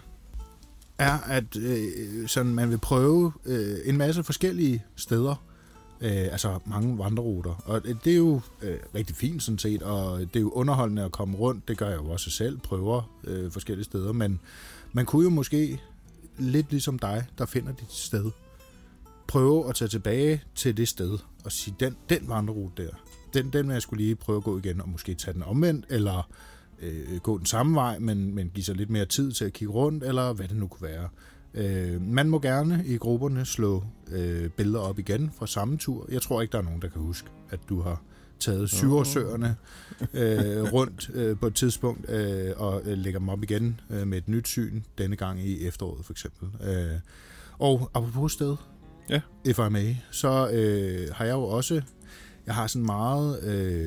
er at øh, sådan, man vil prøve øh, en masse forskellige steder. Øh, altså mange vandreruter. Og det er jo øh, rigtig fint sådan set, og det er jo underholdende at komme rundt. Det gør jeg jo også selv, prøver øh, forskellige steder. Men man kunne jo måske, lidt ligesom dig, der finder dit sted, prøve at tage tilbage til det sted og sige, den, den vandrerute der, den, den vil jeg skulle lige prøve at gå igen, og måske tage den omvendt, eller øh, gå den samme vej, men, men give sig lidt mere tid til at kigge rundt, eller hvad det nu kunne være. Øh, man må gerne i grupperne slå øh, billeder op igen fra samme tur. Jeg tror ikke, der er nogen, der kan huske, at du har taget syvårsøerne øh, rundt øh, på et tidspunkt, øh, og øh, lægger dem op igen øh, med et nyt syn, denne gang i efteråret for eksempel. Øh, og apropos sted, ja. if I may, så øh, har jeg jo også, jeg har sådan meget øh,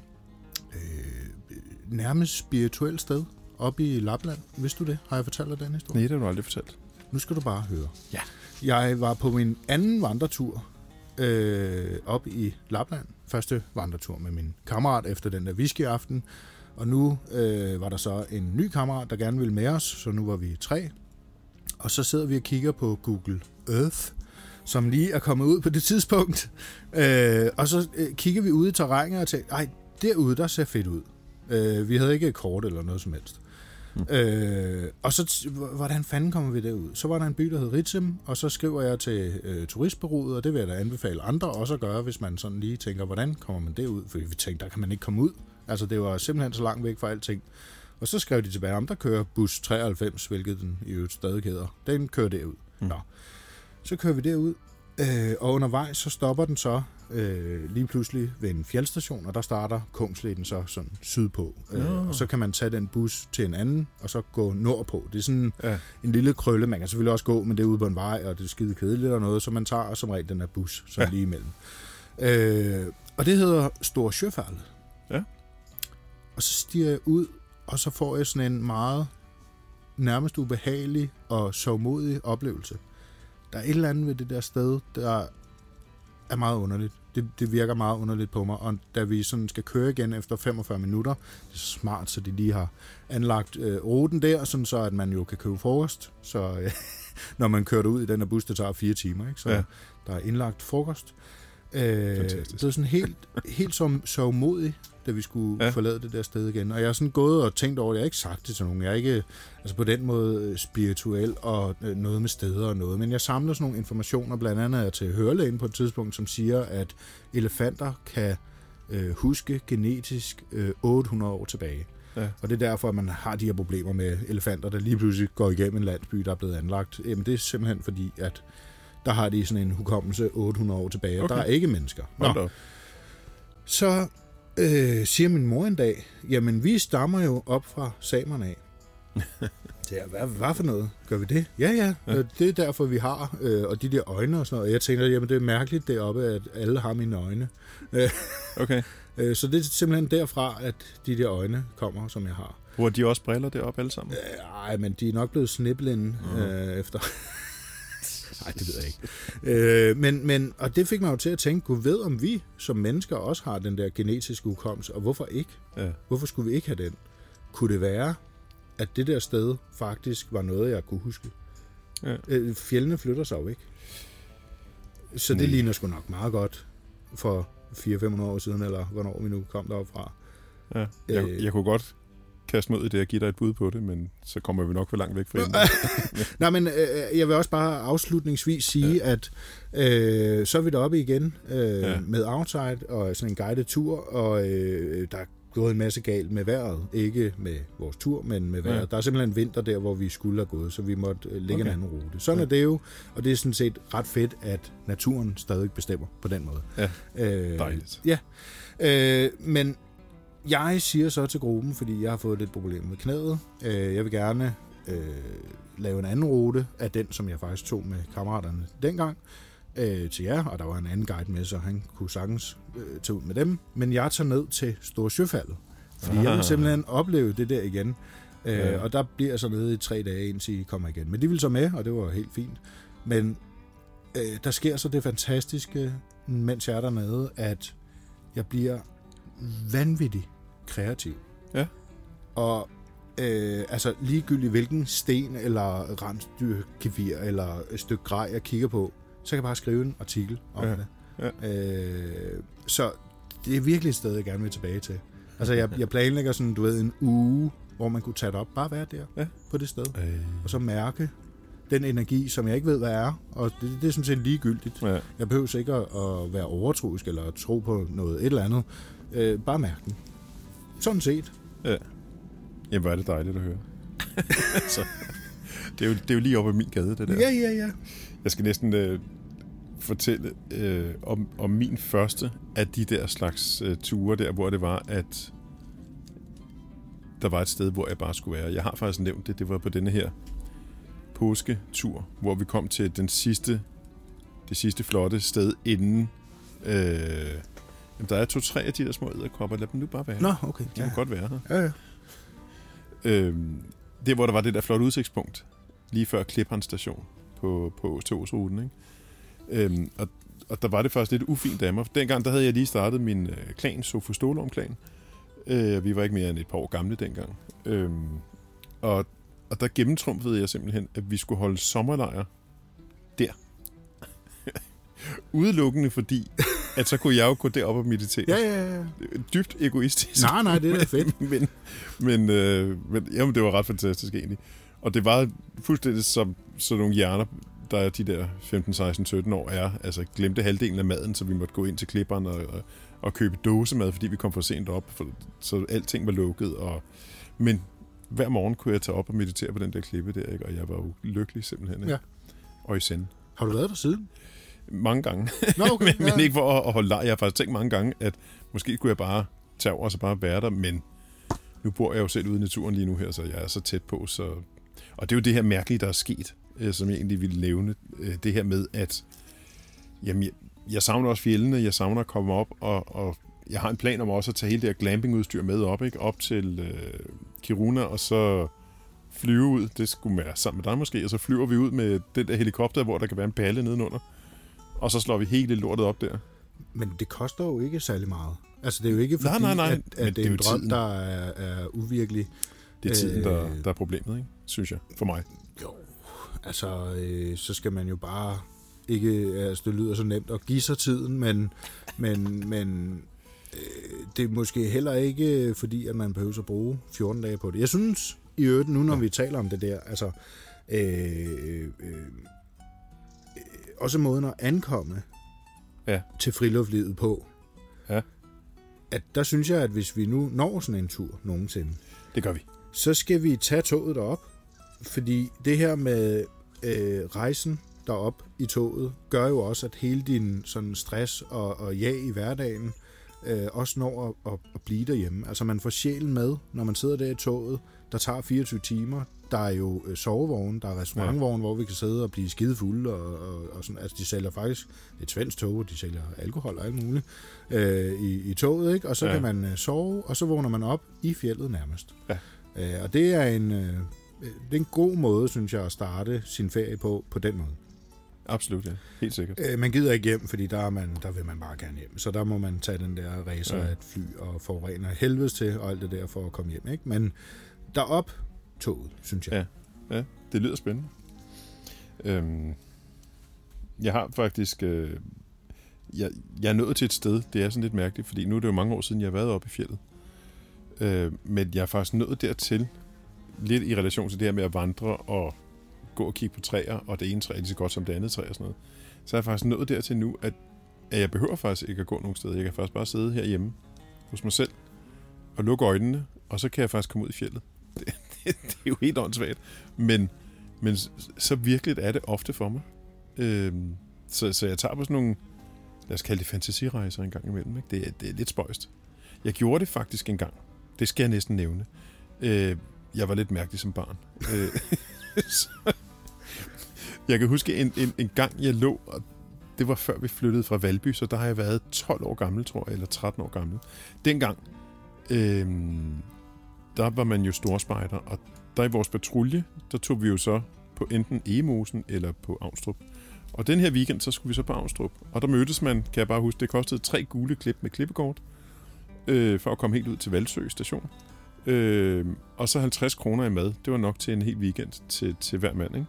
øh, nærmest spirituelt sted oppe i Lapland. Vidste du det? Har jeg fortalt dig den historie? Nej, det har du aldrig fortalt. Nu skal du bare høre. Ja. Jeg var på min anden vandretur øh, op i Lapland. Første vandretur med min kammerat efter den der whisky-aften. Og nu øh, var der så en ny kammerat, der gerne ville med os, så nu var vi tre. Og så sidder vi og kigger på Google Earth, som lige er kommet ud på det tidspunkt. Øh, og så øh, kigger vi ud i terrænet og tænker, ej, derude, der ser fedt ud. Øh, vi havde ikke et kort eller noget som helst. Mm. Øh, og så, hvordan fanden kommer vi derud? Så var der en by, der hed Rizim, og så skriver jeg til øh, turistbureauet, og det vil jeg da anbefale andre også at gøre, hvis man sådan lige tænker, hvordan kommer man derud? For vi tænkte, der kan man ikke komme ud. Altså, det var simpelthen så langt væk fra alting. Og så skrev de tilbage, om der kører bus treoghalvfems, hvilket den i øvrigt stadig hedder. Den kører derud. Mm. Nå. Så kører vi derud, øh, og undervejs så stopper den så øh, lige pludselig ved en fjeldstation, og der starter Kungsleden så sådan sydpå. Øh, ja. Og så kan man tage den bus til en anden, og så gå nordpå. Det er sådan ja. en lille krølle. Man kan selvfølgelig også gå, men det er ude på en vej, og det er skide kedeligt og noget, så man tager som regel den her bus, så ja. lige imellem. Øh, og det hedder Stor Sjøfaldet. Ja. Og så stiger jeg ud, og så får jeg sådan en meget nærmest ubehagelig og sørgmodig oplevelse. Der er et eller andet ved det der sted, der er meget underligt. Det, det virker meget underligt på mig, og da vi sådan skal køre igen efter femogfyrre minutter, det er smart, så de lige har anlagt øh, ruten der, sådan så at man jo kan købe frokost. Så øh, når man kører ud i den her bus, det tager fire timer, ikke? Så ja. der er indlagt frokost. Øh, det er sådan helt, helt som sørgmodig, da vi skulle ja. forlade det der sted igen. Og jeg har sådan gået og tænkt over det. Jeg har ikke sagt det til nogen. Jeg er ikke altså på den måde spirituel og noget med steder og noget. Men jeg samler sådan nogle informationer. Blandt andet er jeg til hørelægen på et tidspunkt, som siger, at elefanter kan øh, huske genetisk øh, otte hundrede år tilbage. Ja. Og det er derfor, at man har de her problemer med elefanter, der lige pludselig går igennem en landsby, der er blevet anlagt. Jamen, det er simpelthen fordi, at der har de sådan en hukommelse otte hundrede år tilbage. Okay. Der er ikke mennesker. Nå. Så øh, siger min mor en dag, jamen vi stammer jo op fra samerne af. Så jeg, hvad, hvad for noget? Gør vi det? Ja, ja, ja. Det er derfor, vi har. Øh, og de der øjne og sådan noget. Og jeg tænker, jamen det er mærkeligt deroppe, at alle har mine øjne. Okay. øh, så det er simpelthen derfra, at de der øjne kommer, som jeg har. Hvor de også briller deroppe alle sammen? Nej, øh, men de er nok blevet sniblende uh-huh. øh, efter... Nej, det ved jeg ikke. Øh, men, men, og det fik mig jo til at tænke, Gud ved, om vi som mennesker også har den der genetiske hukommelse, og hvorfor ikke? Ja. Hvorfor skulle vi ikke have den? Kunne det være, at det der sted faktisk var noget, jeg kunne huske? Ja. Øh, fjellene flytter sig jo ikke. Så det Nej. ligner sgu nok meget godt for fire til fem hundrede år siden, eller hvornår vi nu kom derop fra. Ja. Jeg, øh, jeg kunne godt kaste mig ud i det og give dig et bud på det, men så kommer vi nok for langt væk fra enden. Nej, men øh, jeg vil også bare afslutningsvis sige, ja. at øh, så er vi deroppe igen øh, ja. med Outside og sådan en guided tur, og øh, der er gået en masse galt med vejret. Ikke med vores tur, men med vejret. Ja. Der er simpelthen vinter der, hvor vi skulle have gået, så vi måtte øh, lægge okay. en anden rute. Sådan ja. er det jo, og det er sådan set ret fedt, at naturen stadig bestemmer på den måde. Ja, øh, dejligt. Ja, øh, men jeg siger så til gruppen, fordi jeg har fået lidt problemer med knæet. Øh, jeg vil gerne øh, lave en anden rute af den, som jeg faktisk tog med kammeraterne dengang, øh, til jer, og der var en anden guide med, så han kunne sagtens øh, tage ud med dem. Men jeg tager ned til Store Sjøfaldet, fordi Aha. jeg vil simpelthen opleve det der igen. Øh, ja. Og der bliver jeg så nede i tre dage, indtil I kommer igen. Men de vil så med, og det var helt fint. Men øh, der sker så det fantastiske, mens jeg er dernede, at jeg bliver vanvittigt kreativ. Ja. Og øh, altså ligegyldigt hvilken sten eller rensdyrgevir eller et stykke grej jeg kigger på, så kan jeg bare skrive en artikel om ja. det. Ja. Øh, så det er virkelig et sted, jeg gerne vil tilbage til. Altså jeg, jeg planlægger sådan, du ved, en uge, hvor man kunne tage det op, bare være der ja. på det sted, øh. og så mærke den energi, som jeg ikke ved, hvad er, og det, det er sådan set ligegyldigt. Ja. Jeg behøver ikke at, at være overtroisk eller at tro på noget et eller andet. Øh, bare mærke den. Sådan set. Ja. Jamen, hvor er det dejligt at høre. Så, det, er jo, det er jo lige oppe i min gade, det der. Ja, ja, ja. Jeg skal næsten... Øh, fortælle øh, om, om min første af de der slags øh, ture der, hvor det var, at der var et sted, hvor jeg bare skulle være. Jeg har faktisk nævnt det. Det var på denne her påsketur, hvor vi kom til den sidste, det sidste flotte sted inden. Øh, der er to-tre af de der små edderkopper. Lad dem nu bare være. Nå, okay. De ja. kan godt være her. Ja, ja. Øh, det, hvor der var det der flotte udsigtspunkt, lige før Klipperen station på, på togsruten, ikke? Øhm, og, og der var det faktisk lidt ufint af mig. Dengang der havde jeg lige startet min øh, klan, Sofus Stålorm-klan. Øh, vi var ikke mere end et par år gamle dengang. Øhm, og, og der gennemtrumfede jeg simpelthen, at vi skulle holde sommerlejr der. Udelukkende fordi, at så kunne jeg jo gå derop og meditere. Ja, ja, ja. Dybt egoistisk. Nej, nej, det er da fedt. men, men, øh, men jamen, det var ret fantastisk egentlig. Og det var fuldstændig som sådan nogle hjerner, der er de der femten, seksten, sytten år er. Altså glemte halvdelen af maden, så vi måtte gå ind til Klipperen og, og, og købe dåsemad, fordi vi kom for sent op, for, så alting var lukket. Og, men hver morgen kunne jeg tage op og meditere på den der klippe der, ikke? Og jeg var jo lykkelig simpelthen. Ikke? Ja. Og i send. Har du været der siden? Mange gange. Nå, okay, men, ja. men ikke for at, at holde leg. Jeg har faktisk tænkt mange gange, at måske kunne jeg bare tage over og så bare være der, men nu bor jeg jo selv ude i naturen lige nu her, så jeg er så tæt på. Så... Og det er jo det her mærkelige, der er sket, som jeg egentlig ville nævne. Det her med, at jamen, jeg, jeg savner også fjellene, jeg savner at komme op, og, og jeg har en plan om også at tage hele det her glampingudstyr med op, ikke? Op til øh, Kiruna, og så flyve ud. Det skulle være sammen med dig måske, og så flyver vi ud med den der helikopter, hvor der kan være en palle nedenunder. Og så slår vi hele lortet op der. Men det koster jo ikke særlig meget. Altså, det er jo ikke fordi, nej, nej, nej. at, at det, det er en drøm, tiden. der er, er uvirkelig. Det er tiden, der, der er problemet, ikke? Synes jeg, for mig. Jo, altså, øh, så skal man jo bare ikke, altså det lyder så nemt at give sig tiden, men, men, men øh, det er måske heller ikke fordi, at man behøver at bruge fjorten dage på det. Jeg synes i øvrigt nu, når ja. vi taler om det der, altså øh, øh, øh, også måden at ankomme ja. til friluftslivet på, ja. at der synes jeg, at hvis vi nu når sådan en tur nogensinde, det gør vi. Så skal vi tage toget derop, fordi det her med øh, rejsen derop i toget, gør jo også, at hele din sådan stress og, og ja i hverdagen øh, også når at, at, at blive derhjemme. Altså man får sjælen med, når man sidder der i toget, der tager fireogtyve timer. Der er jo øh, sovevogne, der er restaurantvogne, ja. hvor vi kan sidde og blive skide fulde, og, og, og sådan. Altså de sælger faktisk, det er et svensk tog, og de sælger alkohol og alt muligt øh, i, i toget, ikke? Og så ja. kan man øh, sove, og så vågner man op i fjeldet nærmest. Ja. Øh, og det er en øh, det er en god måde, synes jeg, at starte sin ferie på, på den måde. Absolut, ja. Helt sikkert. Øh, man gider ikke hjem, fordi der, er man, der vil man bare gerne hjem. Så der må man tage den der racer ja. af et fly og forurener helvedes til, og alt det der for at komme hjem, ikke? Men derop toget, synes jeg. Ja, ja, det lyder spændende. Øhm, jeg har faktisk... Øh, jeg, jeg er nået til et sted, det er sådan lidt mærkeligt, fordi nu er det jo mange år siden, jeg har været oppe i fjeldet. Øh, men jeg er faktisk nået dertil, lidt i relation til det her med at vandre og gå og kigge på træer, og det ene træ er lige så godt som det andet træ og sådan noget. Så er jeg faktisk nået dertil nu, at, at jeg behøver faktisk ikke at gå nogen steder. Jeg kan faktisk bare sidde herhjemme hos mig selv og lukke øjnene, og så kan jeg faktisk komme ud i fjeldet. Det, det, det er jo helt åndssvagt. Men, men så virkeligt er det ofte for mig. Øhm, så, så jeg tager på sådan nogle, lad os kalde det fantasirejser en gang imellem. Ikke? Det, er, det er lidt spøjst. Jeg gjorde det faktisk en gang. Det skal jeg næsten nævne. Øh, jeg var lidt mærkelig som barn. øh, så, jeg kan huske en, en, en gang, jeg lå, og det var før vi flyttede fra Valby, så der har jeg været tolv år gammel, tror jeg, eller tretten år gammel. Dengang, øh, der var man jo storspejder, og der i vores patrulje, der tog vi jo så på enten Egemosen eller på Avnstrup. Og den her weekend, så skulle vi så på Avnstrup. Og der mødtes man, kan jeg bare huske, det kostede tre gule klip med klippekort, øh, for at komme helt ud til Valsø station. Øh, og så halvtreds kroner i mad. Det var nok til en hel weekend til, til hver mand, ikke?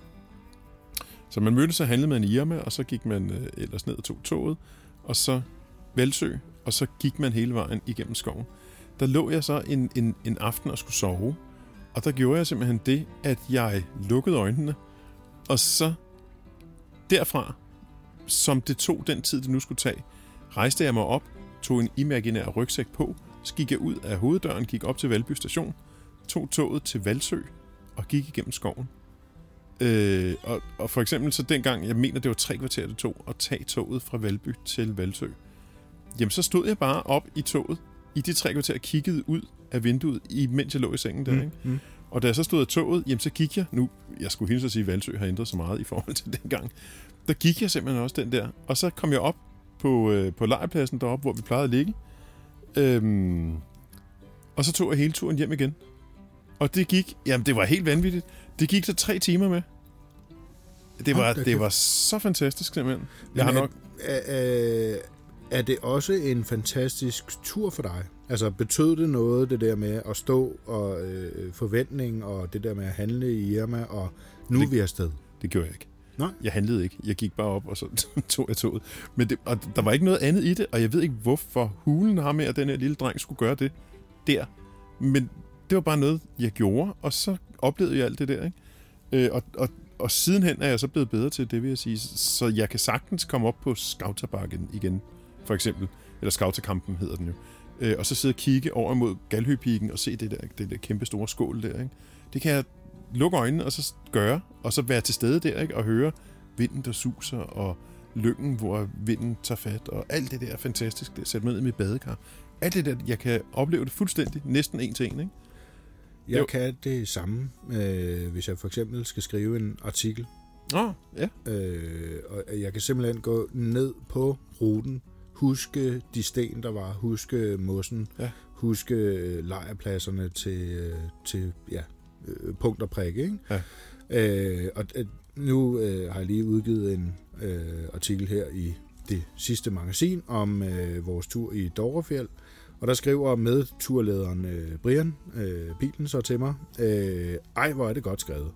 Så man mødtes og handlede med en Irma, og så gik man øh, ellers ned og tog toget, og så Valsø, og så gik man hele vejen igennem skoven. Der lå jeg så en, en, en aften og skulle sove, og der gjorde jeg simpelthen det, at jeg lukkede øjnene, og så derfra, som det tog den tid, det nu skulle tage, rejste jeg mig op, tog en imaginær rygsæk på, så gik jeg ud af hoveddøren, gik op til Valby station, tog toget til Valsø og gik igennem skoven. Øh, og, og for eksempel så dengang, jeg mener, det var tre kvarter, det tog at tage toget fra Valby til Valsø. Jamen, så stod jeg bare op i toget, i de tre kvarter, og kiggede ud af vinduet, imens jeg lå i sengen der, mm, ikke? Mm. Og da jeg så stod af toget, jamen, så gik jeg, nu, jeg skulle hilse at sige, at Valsø har ændret så meget i forhold til dengang, der gik jeg simpelthen også den der, og så kom jeg op på, øh, på lejrpladsen deroppe, hvor vi plejede at ligge, øhm, og så tog jeg hele turen hjem igen. Og det gik, jamen, det var helt vanvittigt. Det gik så tre timer med. Det var, oh, det var så fantastisk, simpelthen. Jeg har nok... Er, er, er det også en fantastisk tur for dig? Altså, betød det noget, det der med at stå og øh, forventning, og det der med at handle i Irma, og nu det, er vi afsted? Det gjorde jeg ikke. Nej. Jeg handlede ikke. Jeg gik bare op, og så tog jeg toget. Men det, og der var ikke noget andet i det, og jeg ved ikke, hvorfor hulen har med, at den her lille dreng skulle gøre det der. Men det var bare noget, jeg gjorde, og så oplevede jeg alt det der, ikke? Øh, og, og, og sidenhen er jeg så blevet bedre til det, vil jeg sige. Så jeg kan sagtens komme op på Skauterbakken igen, for eksempel. Eller Skauterkampen hedder den jo. Øh, og så sidde og kigge over imod Galhøpigen og se det der, det der kæmpe store skål der, ikke? Det kan jeg lukke øjnene og så gøre, og så være til stede der, ikke? Og høre vinden, der suser, og lyngen, hvor vinden tager fat, og alt det der er fantastisk. Det sætter mig ned i mit badekar. Alt det der, jeg kan opleve det fuldstændig, næsten en til en, ikke? Jeg jo. kan det samme, øh, hvis jeg for eksempel skal skrive en artikel. Åh, oh, ja. Øh, og jeg kan simpelthen gå ned på ruten, huske de sten, der var, huske mossen, ja. huske lejrpladserne til, til ja, punkt og prik, ikke? Ja. Øh, og nu øh, har jeg lige udgivet en øh, artikel her i det sidste magasin om øh, vores tur i Dovrefjeld. Og der skriver medturlederen øh, Brian øh, Pilen så til mig, øh, ej, hvor er det godt skrevet.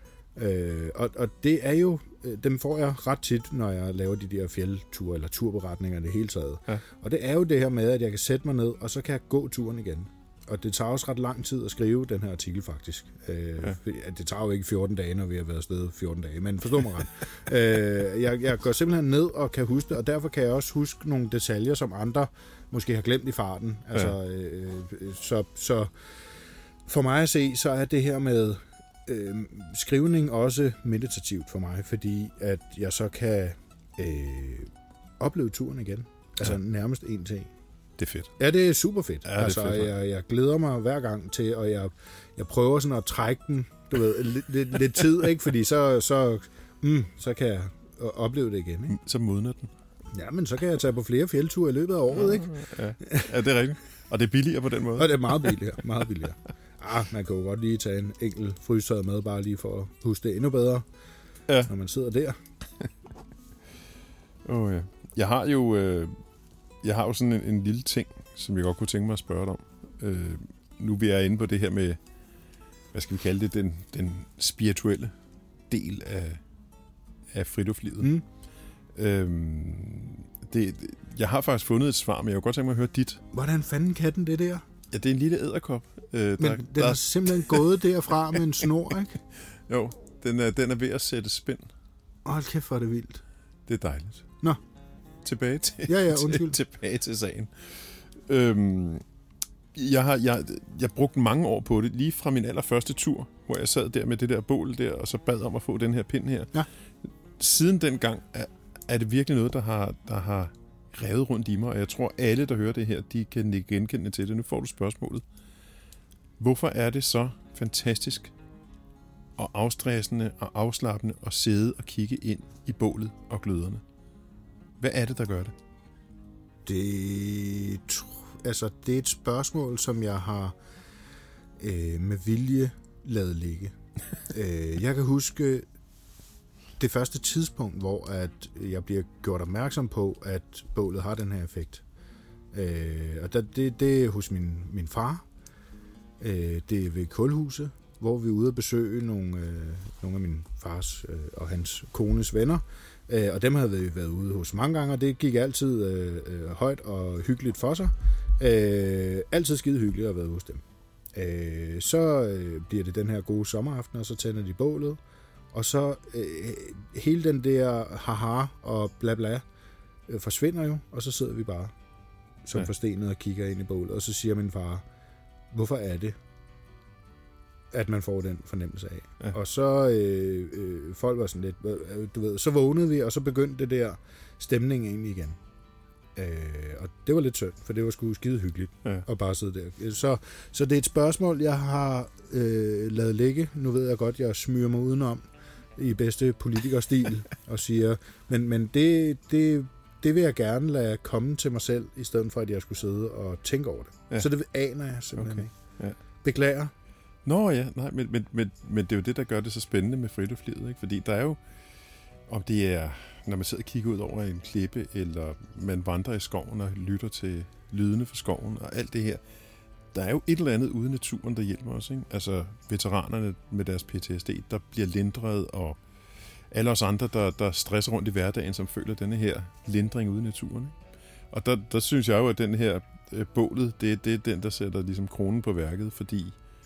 Øh, og, og det er jo, øh, dem får jeg ret tit, når jeg laver de der fjeldture eller turberetninger det hele taget. Ja. Og det er jo det her med, at jeg kan sætte mig ned, og så kan jeg gå turen igen. Og det tager også ret lang tid at skrive den her artikel, faktisk. Øh, ja. Det tager jo ikke fjorten dage, når vi har været afsted fjorten dage, men forstå mig ret. øh, jeg, jeg går simpelthen ned og kan huske det, og derfor kan jeg også huske nogle detaljer, som andre måske har glemt i farten. Altså, ja. øh, så, så for mig at se, så er det her med øh, skrivning også meditativt for mig, fordi at jeg så kan øh, opleve turen igen. Altså ja. nærmest en til en. Det er fedt. Ja, det er super fedt. Ja, altså, fedt, jeg, jeg glæder mig hver gang til, og jeg, jeg prøver sådan at trække den, du ved, lidt, lidt, lidt tid, ikke? Fordi så, så, mm, så kan jeg opleve det igen, ikke? Så modner den. Ja, men så kan jeg tage på flere fjeldture i løbet af året, ikke? Ja, ja, det er rigtigt. Og det er billigere på den måde. Og det er meget billigere, meget billigere. Ah, man kan jo godt lige tage en enkelt fryseret med, bare lige for at huske det endnu bedre, ja. når man sidder der. Åh oh, ja. Jeg har jo... Øh... Jeg har jo sådan en, en lille ting, som jeg godt kunne tænke mig at spørge dig om. Øh, nu vi er inde på det her med, hvad skal vi kalde det, den, den spirituelle del af, af friluftslivet. Mm. Øh, det, jeg har faktisk fundet et svar, men jeg kunne godt tænke mig at høre dit. Hvordan fanden kan den det der? Ja, det er en lille edderkop. Øh, men der, den der... er simpelthen gået derfra med en snor, ikke? Jo, den er, den er ved at sætte spænd. Hold kæft, hvor er det vildt. Det er dejligt. Nå. Tilbage til, ja, ja, til, tilbage til sagen. Øhm, jeg har jeg, jeg brugt mange år på det, lige fra min allerførste tur, hvor jeg sad der med det der bål der, og så bad om at få den her pind her. Ja. Siden dengang er, er det virkelig noget, der har, der har revet rundt i mig, og jeg tror, alle, der hører det her, de kan ikke genkende til det. Nu får du spørgsmålet. Hvorfor er det så fantastisk og afstressende og afslappende at sidde og kigge ind i bålet og gløderne? Hvad er det, der gør det? Det, altså, det er et spørgsmål, som jeg har øh, med vilje ladet ligge. øh, jeg kan huske det første tidspunkt, hvor at jeg bliver gjort opmærksom på, at bålet har den her effekt. Øh, og der, det, det er hos min, min far. Øh, det er ved Kulhuset, hvor vi er ude at besøge nogle, øh, nogle af min fars øh, og hans kones venner. Øh, og dem havde vi været ude hos mange gange, og det gik altid øh, øh, højt og hyggeligt for sig. Øh, altid skide hyggeligt at være hos dem. Øh, så øh, bliver det den her gode sommeraften, og så tænder de bålet. Og så øh, hele den der haha og bla bla øh, forsvinder jo, og så sidder vi bare som ja. forstenet og kigger ind i bålet. Og så siger min far, hvorfor er det, at man får den fornemmelse af. Ja. Og så øh, øh, folk var sådan lidt, øh, du ved, så vågnede vi, og så begyndte det der stemning egentlig igen. Øh, og det var lidt synd, for det var sgu skide hyggeligt ja. at bare sidde der. Så, så det er et spørgsmål, jeg har øh, lavet ligge. Nu ved jeg godt, jeg smyrer mig udenom i bedste politikerstil og siger, men, men det, det, det vil jeg gerne lade komme til mig selv, i stedet for, at jeg skulle sidde og tænke over det. Ja. Så det aner jeg simpelthen okay. ikke. Ja. Beklager. Nå ja, nej, men, men, men, men det er jo det, der gør det så spændende med friluftslivet, ikke? Fordi der er jo, om det er, når man sidder og kigger ud over en klippe, eller man vandrer i skoven og lytter til lydene fra skoven og alt det her, der er jo et eller andet ude i naturen, der hjælper os, ikke? Altså veteranerne med deres P T S D, der bliver lindret, og alle os andre, der, der stresser rundt i hverdagen, som føler denne her lindring ude i naturen, ikke? Og der, der synes jeg jo, at den her øh, bålet, det, det er den, der sætter ligesom kronen på værket, fordi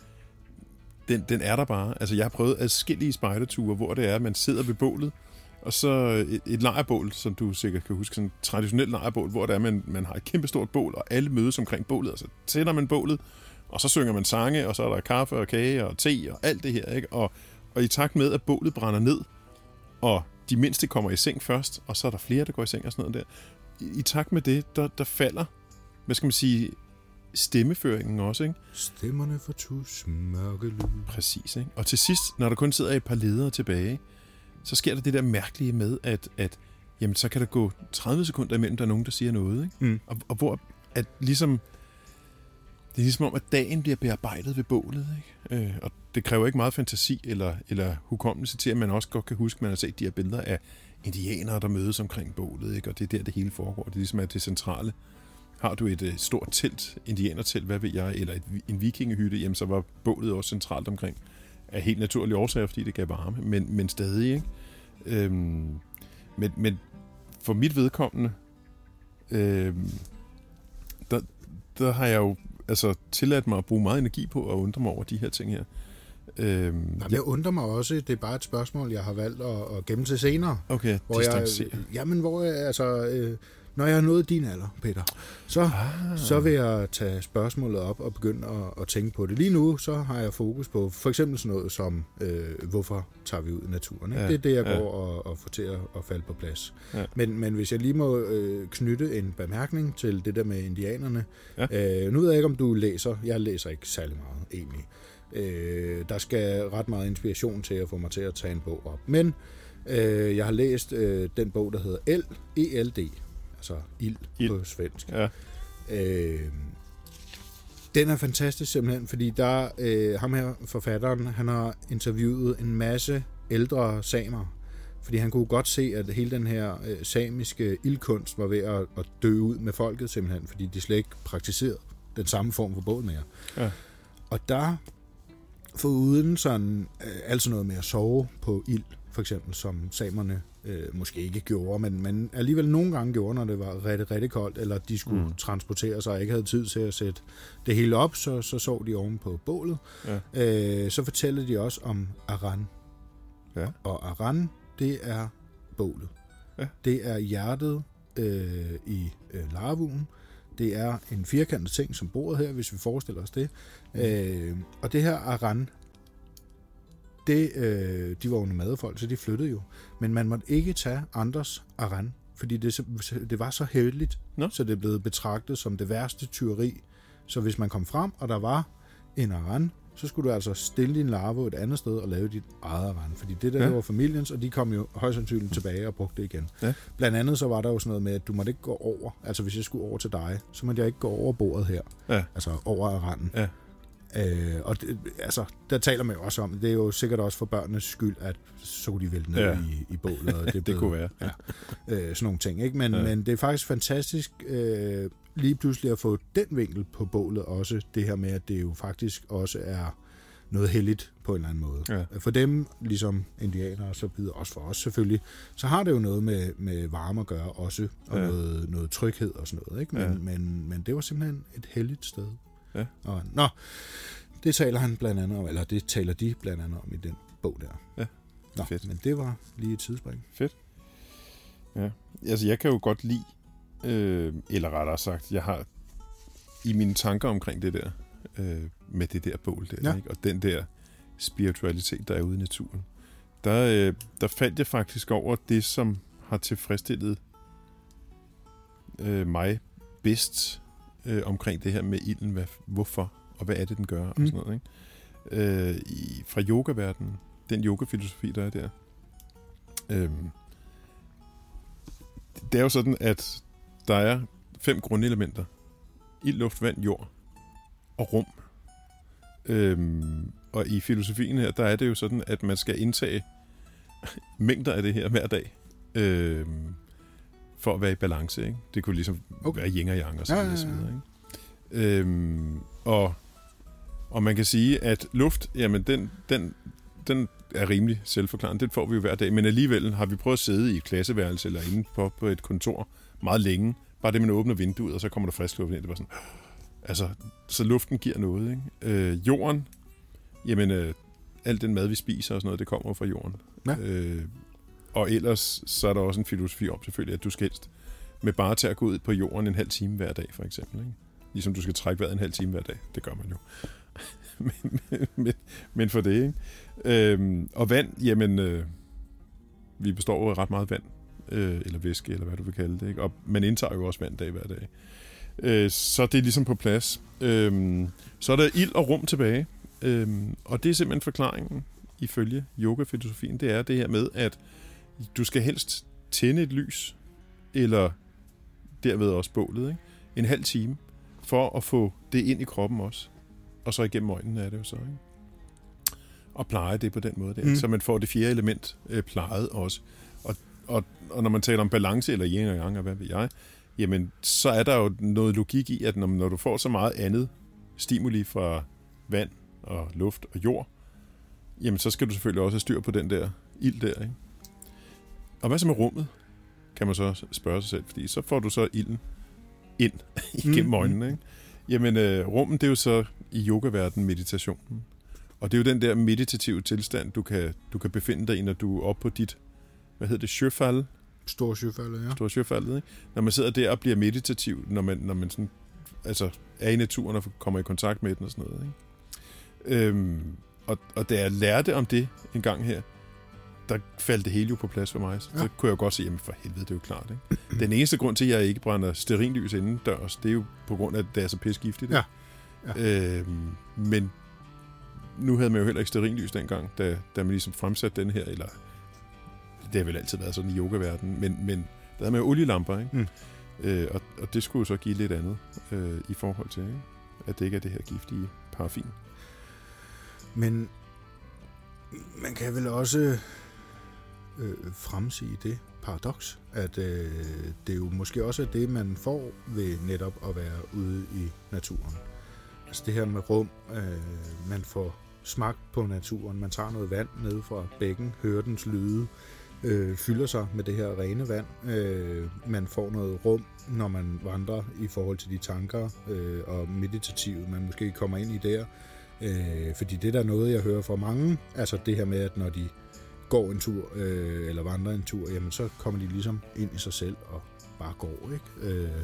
den, den er der bare. Altså jeg har prøvet adskillige spejderture, hvor det er, at man sidder ved bålet, og så et, et lejrbål, som du sikkert kan huske, sådan et traditionelt lejrbål, hvor det er, man, man har et kæmpestort bål, og alle mødes omkring bålet, og så tænder man bålet, og så synger man sange, og så er der kaffe og kage og te og alt det her, ikke? Og, og i takt med, at bålet brænder ned, og de mindste kommer i seng først, og så er der flere, der går i seng og sådan noget der. I, i takt med det, der, der falder, hvad skal man sige, stemmeføringen også, ikke? Stemmerne for tus mørke lyd. Præcis, ikke? Og til sidst, når der kun sidder et par ledere tilbage, så sker der det der mærkelige med, at, at jamen, så kan der gå tredive sekunder imellem, der er nogen, der siger noget, ikke? Mm. Og, og hvor at ligesom, det er ligesom om, at dagen bliver bearbejdet ved bålet, ikke? Øh, og det kræver ikke meget fantasi eller, eller hukommelse til, at man også godt kan huske, at man har set de her billeder af indianere, der mødes omkring bålet, ikke? Og det er der, det hele foregår. Det er ligesom, at det centrale. Har du et uh, stort telt, indianertelt, hvad ved jeg, eller et, en vikingehytte, jamen så var bålet også centralt omkring. Af helt naturlige årsager, fordi det gav varme, men, men stadig, ikke? Øhm, men, men for mit vedkommende, øhm, der, der har jeg jo altså tilladt mig at bruge meget energi på at undre mig over de her ting her. Øhm, Jamen, jeg undrer mig også, det er bare et spørgsmål, jeg har valgt at, at gemme til senere. Okay, hvor jeg, jamen, hvor jeg, altså, øh, når jeg har nået din alder, Peter, så, ah. så vil jeg tage spørgsmålet op og begynde at, at tænke på det. Lige nu, så har jeg fokus på for eksempel sådan noget som, øh, hvorfor tager vi ud i naturen? Ikke? Ja, det er det, jeg ja. går og, og får til at, at falde på plads. Ja. Men, men hvis jeg lige må øh, knytte en bemærkning til det der med indianerne. Ja. Øh, nu ved jeg ikke, om du læser. Jeg læser ikke særlig meget, egentlig. Øh, der skal ret meget inspiration til at få mig til at tage en bog op. Men øh, jeg har læst øh, den bog, der hedder L, E L D, altså ild, ild. på svensk. Ja. Øh, den er fantastisk simpelthen, fordi der øh, ham her, forfatteren, han har interviewet en masse ældre samer, fordi han kunne godt se, at hele den her øh, samiske ildkunst var ved at, at dø ud med folket simpelthen, fordi de slet ikke praktiserede den samme form for bål mere. Ja. Og der foruden sådan, øh, altså noget med at sove på ild, for eksempel, som samerne øh, måske ikke gjorde, men, men alligevel nogle gange gjorde, når det var rigtig, rigtig koldt, eller de skulle mm. transportere sig og ikke havde tid til at sætte det hele op, så, så sov de oven på bålet. Ja. Øh, så fortæller de også om Aran. Ja. Og Aran, det er bålet. Ja. Det er hjertet øh, i øh, larvuen. Det er en firkantet ting som bordet her, hvis vi forestiller os det. Mm. Øh, og det her Aran, det, øh, de var jo nomadefolk, så de flyttede jo. Men man måtte ikke tage andres Aran, fordi det, det var så heldigt, no. så det blev betragtet som det værste tyveri. Så hvis man kom frem, og der var en Aran, så skulle du altså stille din larve et andet sted og lave dit eget Aran. Fordi det der ja. var familiens, og de kom jo højst sandsynligt tilbage og brugte det igen. Ja. Blandt andet så var der jo sådan noget med, at du måtte ikke gå over. Altså hvis jeg skulle over til dig, så måtte jeg ikke gå over bordet her. Ja. Altså over Aranen. Ja. Øh, og det, altså, der taler man jo også om, det er jo sikkert også for børnenes skyld, at så kunne de vælte ned ja. i, i bålet. Og det, det blev, kunne være. Ja, øh, sådan nogle ting. Ikke? Men, ja. men det er faktisk fantastisk øh, lige pludselig at få den vinkel på bålet også. Det her med, at det jo faktisk også er noget helligt på en eller anden måde. Ja. For dem, ligesom indianere og så videre, også for os selvfølgelig, så har det jo noget med, med varme at gøre også, og ja. noget, noget tryghed og sådan noget. Ikke? Men, ja. men, men det var simpelthen et helligt sted. Ja. Og, nå, det taler han blandt andet om, eller det taler de blandt andet om i den bog der. Ja, nå, fedt. Men det var lige et tidsspring. Fedt. Ja, altså jeg kan jo godt lide, øh, eller rettere sagt, jeg har i mine tanker omkring det der, øh, med det der bål der, ja. ikke? Og den der spiritualitet, der er ude i naturen. Der, øh, der faldt jeg faktisk over det, som har tilfredsstillet øh, mig bedst øh, omkring det her med ilden. Hvad, hvorfor, og hvad er det, den gør, og sådan noget, ikke? Øh, i, fra yogaverdenen, den yogafilosofi, der er der. Øh, det er jo sådan, at der er fem grundelementer. Ild, luft, vand, jord og rum. Øhm, og i filosofien her, der er det jo sådan, at man skal indtage mængder af det her hver dag, øhm, for at være i balance, ikke? Det kunne ligesom okay. være yin og yang og så videre, ja, ja, ja. videre, ikke? Øhm, og, og man kan sige, at luft, jamen den, den, den er rimelig selvforklarende, den får vi jo hver dag, men alligevel har vi prøvet at sidde i et klasseværelse eller inde på, på et kontor meget længe, bare det, man åbner vinduet, og så kommer der frisk luft ind, det var sådan, altså, så luften giver noget, ikke? Øh, jorden, jamen, øh, alt den mad, vi spiser og sådan noget, det kommer fra jorden. Ja. Øh, og ellers, så er der også en filosofi om selvfølgelig, at du skal helst med bare til at gå ud på jorden en halv time hver dag, for eksempel, ikke? Ligesom du skal trække vejret en halv time hver dag. Det gør man jo. men, men, men for det, ikke? Øh, og vand, jamen, øh, vi består jo af ret meget vand, øh, eller væske, eller hvad du vil kalde det, ikke? Og man indtager jo også vand dag hver dag. Så det er ligesom på plads. Så er der ild og rum tilbage. Og det er simpelthen forklaringen, ifølge yogafilosofien. Det er det her med, at du skal helst tænde et lys, eller derved også bålet, ikke? En halv time, for at få det ind i kroppen også. Og så igennem øjnene er det jo så, ikke? Og pleje det på den måde der. Mm. Så man får det fjerde element øh, plejet også. Og, og, og når man taler om balance, eller yin og yang, og hvad ved jeg, jamen, så er der jo noget logik i, at når, når du får så meget andet stimuli fra vand og luft og jord, jamen, så skal du selvfølgelig også have styr på den der ild der, ikke? Og hvad så med rummet, kan man så spørge sig selv, fordi så får du så ilden ind igennem mm. øjnene, ikke? Jamen, øh, rummet, det er jo så i yogaverdenen meditationen. Og det er jo den der meditative tilstand, du kan, du kan befinde dig i, når du er oppe på dit, hvad hedder det, sjøfald? Stor sjøfaldet, ja. Stor sjøfaldet, ikke? Når man sidder der og bliver meditativ, når man, når man sådan, altså, er i naturen og kommer i kontakt med den og sådan noget, ikke? Øhm, og, og da jeg lærte om det en gang her, der faldt det hele jo på plads for mig. Så, ja. så kunne jeg jo godt sige, jamen for helvede, det er jo klart, ikke? Den eneste grund til, at jeg ikke brænder stearinlys indendørs, det er jo på grund af, at det er så pissegiftigt. Ja. Ja. Øhm, men nu havde man jo heller ikke stearinlys dengang, da, da man ligesom fremsatte den her, eller det har vel altid været sådan i yogaverdenen, men, men der havde man jo olielamper, ikke? Mm. Øh, og, og det skulle jo så give lidt andet øh, i forhold til, ikke? At det ikke er det her giftige paraffin. Men man kan vel også øh, fremsige det paradoks, at øh, det jo måske også er det, man får ved netop at være ude i naturen. Altså det her med rum, øh, man får smagt på naturen, man tager noget vand ned fra bækken, hører dens lyde, øh, fylder sig med det her rene vand. Øh, man får noget rum, når man vandrer i forhold til de tanker øh, og meditative, man måske kommer ind i der. Øh, fordi det der er noget, jeg hører fra mange, altså det her med, at når de går en tur, øh, eller vandrer en tur, jamen så kommer de ligesom ind i sig selv og bare går, ikke? Øh,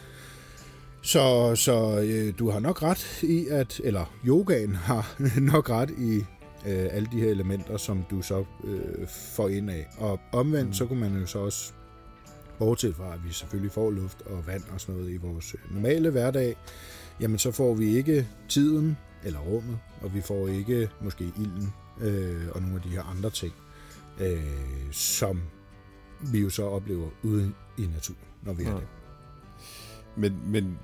så så øh, du har nok ret i, at, eller yogaen har nok ret i øh, alle de her elementer, som du så øh, får ind af. Og omvendt, mm. så kunne man jo så også, bortset fra, at vi selvfølgelig får luft og vand og sådan noget i vores normale hverdag, jamen så får vi ikke tiden, eller rummet, og vi får ikke måske ilden øh, og nogle af de her andre ting, øh, som vi jo så oplever ude i naturen, når vi ja. er det. Men, men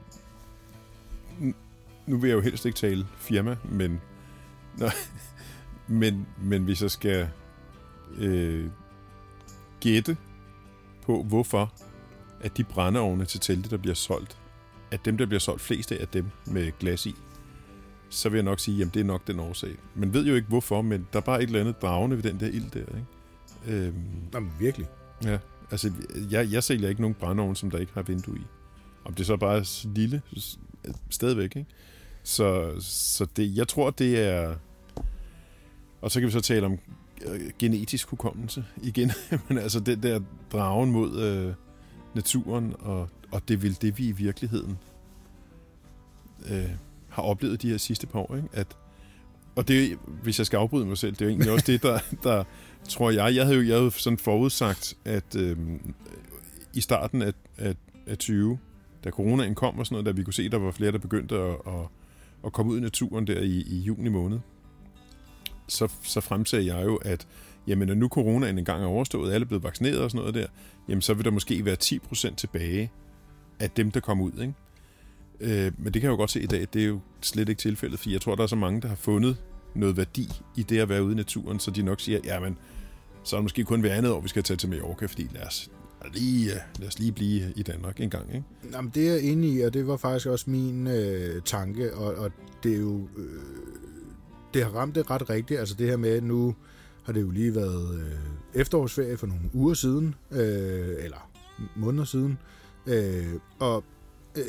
nu vil jeg jo helst ikke tale firma, men nå, men, men hvis jeg skal øh, gætte på, hvorfor at de brændeovne til telte, der bliver solgt, at dem, der bliver solgt flest af, er dem med glas i, så vil jeg nok sige, at det er nok den årsag. Man ved jo ikke hvorfor, men der er bare et eller andet dragende ved den der ild der, ikke? Øhm, Jamen virkelig. Ja, altså jeg, jeg sælger ikke nogen brændeovn, som der ikke har vindue i. Om det så bare er lille, stadigvæk, ikke? Så, så det, jeg tror, det er... Og så kan vi så tale om genetisk hukommelse igen. Men altså den der dragen mod øh, naturen, og, og det vil det, vi i virkeligheden øh, har oplevet de her sidste par år, ikke? At og det, hvis jeg skal afbryde mig selv, det er jo egentlig også det, der, der tror jeg, jeg havde jo jeg havde sådan forudsagt, at øh, i starten af, af, af tyve, da coronaen kom og sådan noget, da vi kunne se, der var flere, der begyndte at, at, at komme ud i naturen der i, i juni måned, så, så fremsagde jeg jo, at jamen, når nu coronaen engang er overstået, alle er blevet vaccineret og sådan noget der, jamen, så vil der måske være ti procent tilbage af dem, der kommer ud, ikke? Øh, men det kan jeg jo godt se i dag, det er jo slet ikke tilfældet, for jeg tror, der er så mange, der har fundet noget værdi i det at være ude i naturen, så de nok siger, jamen, så er det måske kun hver andet år, vi skal tage til Mallorca, fordi lad os lige, lad os lige blive i Danmark en gang, ikke? Jamen, det er jeg enig i, og det var faktisk også min øh, tanke, og, og det er jo, øh, det har ramt det ret rigtigt, altså det her med, nu har det jo lige været øh, efterårsferie for nogle uger siden, øh, eller måneder siden, øh, og øh,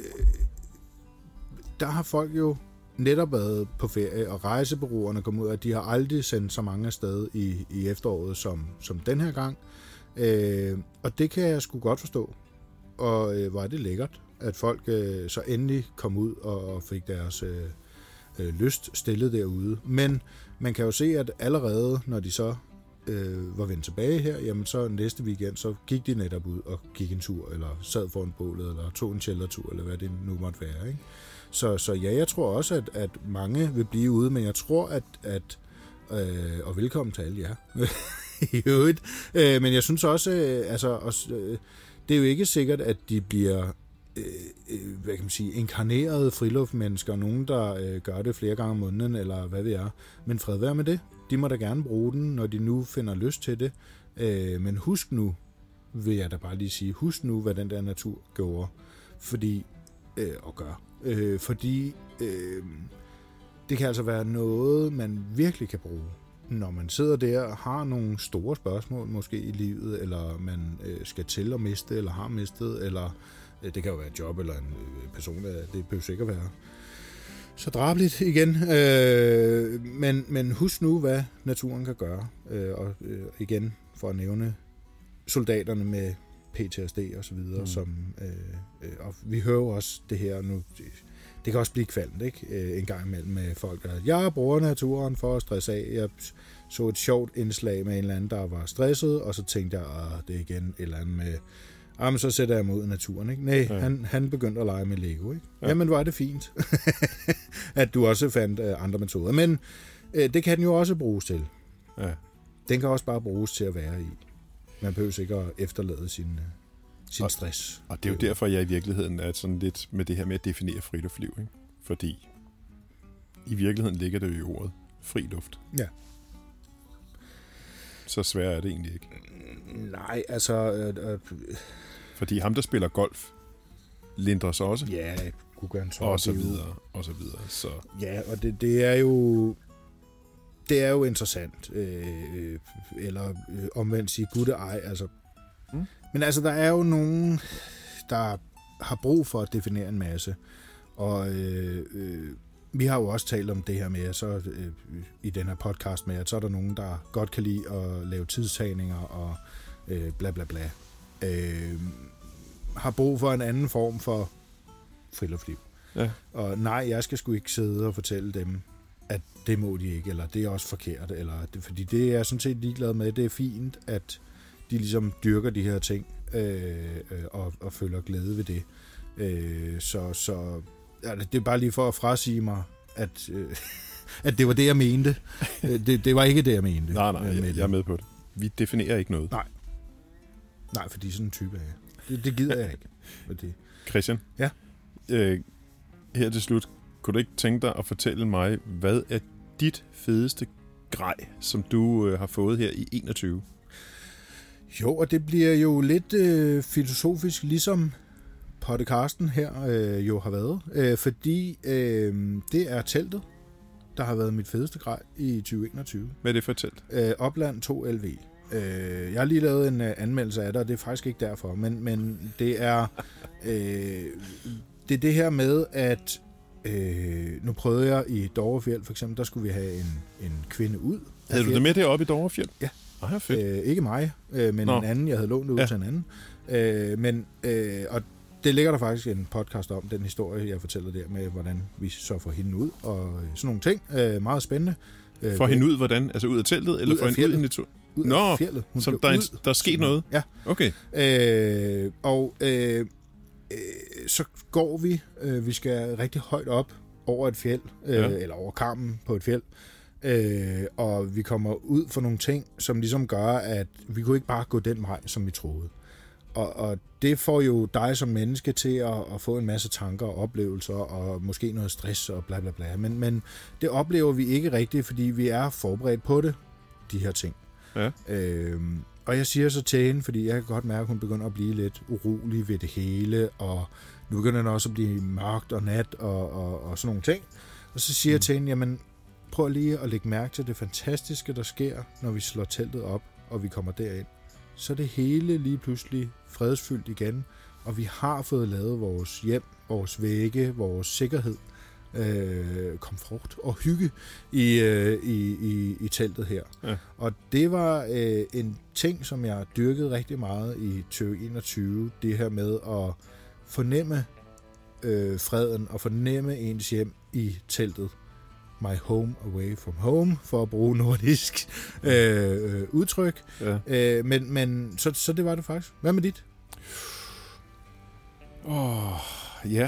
der har folk jo netop været på ferie, og rejsebureauerne kom ud af, at de har aldrig sendt så mange afsted i, i efteråret som, som den her gang. Øh, og det kan jeg sgu godt forstå. Og øh, hvor er det lækkert, at folk øh, så endelig kom ud og, og fik deres øh, øh, lyst stillet derude. Men man kan jo se, at allerede, når de så øh, var vendt tilbage her, jamen så næste weekend, så gik de netop ud og gik en tur, eller sad foran bålet, eller tog en sheltertur, eller hvad det nu måtte være, ikke? Så, så ja, jeg tror også, at, at mange vil blive ude, men jeg tror, at, at øh, og velkommen til alle jer, i øvrigt, øh, men jeg synes også, øh, altså, også, øh, det er jo ikke sikkert, at de bliver, øh, øh, hvad kan man sige, inkarnerede friluftmennesker, nogen, der øh, gør det flere gange om måneden, eller hvad det er, men fred være med det. De må da gerne bruge den, når de nu finder lyst til det, øh, men husk nu, vil jeg da bare lige sige, husk nu, hvad den der natur gjorde, fordi, øh, og gør. Øh, fordi øh, det kan altså være noget, man virkelig kan bruge, når man sidder der og har nogle store spørgsmål måske i livet, eller man øh, skal til at miste, eller har mistet, eller øh, det kan jo være et job, eller en øh, person, det behøver sikkert være så drabeligt igen. Øh, men, men husk nu, hvad naturen kan gøre. Øh, og øh, igen, for at nævne soldaterne med P T S D og så videre, mm. som, øh, øh, og vi hører også det her nu, det, det kan også blive kvalmt, ikke? Øh, en gang imellem med folk, der, jeg bruger naturen for at stresse af. Jeg så et sjovt indslag med en eller anden, der var stresset, og så tænkte jeg, at det er igen et eller andet med, jamen så sætter jeg mig ud i naturen, ikke? Nej, ja. han, han begyndte at lege med Lego, ikke? Ja. Jamen var det fint, at du også fandt øh, andre metoder, men øh, det kan den jo også bruges til. Ja. Den kan også bare bruges til at være i. Man behøver ikke at efterlade sin, sin stress. Og det er jo derfor, jeg i virkeligheden er sådan lidt med det her med at definere friluftliv, ikke? Fordi i virkeligheden ligger det jo i ordet fri luft. Ja. Så svært er det egentlig ikke. Nej, altså... Øh, øh, Fordi ham, der spiller golf, lindrer sig også. Ja, kunne gøre en tår. Og så videre, og så videre. Så. Ja, og det, det er jo... Det er jo interessant, øh, eller øh, omvendt sige gudde ej, altså. Mm. Men altså, der er jo nogen, der har brug for at definere en masse, og øh, øh, vi har jo også talt om det her med, så øh, i den her podcast med, at så er der nogen, der godt kan lide at lave tidstagninger og øh, bla bla bla, øh, har brug for en anden form for friluftsliv. Ja. Og nej, jeg skal sgu ikke sidde og fortælle dem, at det må de ikke, eller det er også forkert, eller det, fordi det er jeg sådan set ligeglad med. Det er fint, at de ligesom dyrker de her ting, øh, og, og føler glæde ved det. Øh, så så ja, det er bare lige for at frasige mig, at, øh, at det var det, jeg mente. det, det var ikke det, jeg mente. Nej, nej, jeg, jeg er med på det. Vi definerer ikke noget. Nej. Nej, fordi sådan en type er jeg. Det, det gider jeg ikke. Det. Christian? Ja? Øh, her til slut, kunne du ikke tænke dig at fortælle mig, hvad er dit fedeste grej, som du øh, har fået her i enogtyve? Jo, og det bliver jo lidt øh, filosofisk, ligesom podcasten her øh, jo har været, øh, fordi øh, det er teltet, der har været mit fedeste grej i tyve enogtyve. Hvad er det for et telt? Øh, Opland to L V. Øh, jeg har lige lavet en øh, anmeldelse af det, og det er faktisk ikke derfor, men, men det er øh, det er det her med, at øh, nu prøvede jeg i Dovrefjeld, for eksempel, der skulle vi have en, en kvinde ud. Havde du det med deroppe i Dovrefjeld? Ja. Ah, fedt. Øh, ikke mig, øh, men Nå. en anden, jeg havde lånt ud ja. til en anden. Øh, men, øh, og det ligger der faktisk en podcast om, den historie, jeg fortæller der med, hvordan vi så får hende ud, og sådan nogle ting. Øh, meget spændende. Øh, får hende ud, hvordan? Altså ud af teltet, eller får hende ud i natur? Ud Nå, af fjeldet. så der, er, der er sket noget? Ja. Okay. Øh, og øh, øh, så går vi, øh, vi skal rigtig højt op over et fjeld, øh, ja. eller over karmen på et fjeld, øh, og vi kommer ud for nogle ting, som ligesom gør, at vi kunne ikke bare gå den vej, som vi troede. Og, og det får jo dig som menneske til at, at få en masse tanker og oplevelser, og måske noget stress og bla bla bla. Men, men det oplever vi ikke rigtigt, fordi vi er forberedt på det, de her ting. Ja. Øhm, og jeg siger så til hende, fordi jeg kan godt mærke, at hun begynder at blive lidt urolig ved det hele, og nu begynder det også at blive mørkt og nat og, og, og sådan nogle ting. Og så siger mm. jeg til hende, jamen prøv lige at lægge mærke til det fantastiske, der sker, når vi slår teltet op, og vi kommer derind. Så er det hele lige pludselig fredsfyldt igen, og vi har fået lavet vores hjem, vores vægge, vores sikkerhed, øh, komfort og hygge i, øh, i, i, i teltet her. Ja. Og det var øh, en ting, som jeg dyrkede rigtig meget i tyve enogtyve, det her med at fornemme øh, freden og fornemme ens hjem i teltet. My home away from home, for at bruge nordisk øh, øh, udtryk. Ja. Øh, men men så, så det var det faktisk. Hvad med dit? Åh, oh, ja.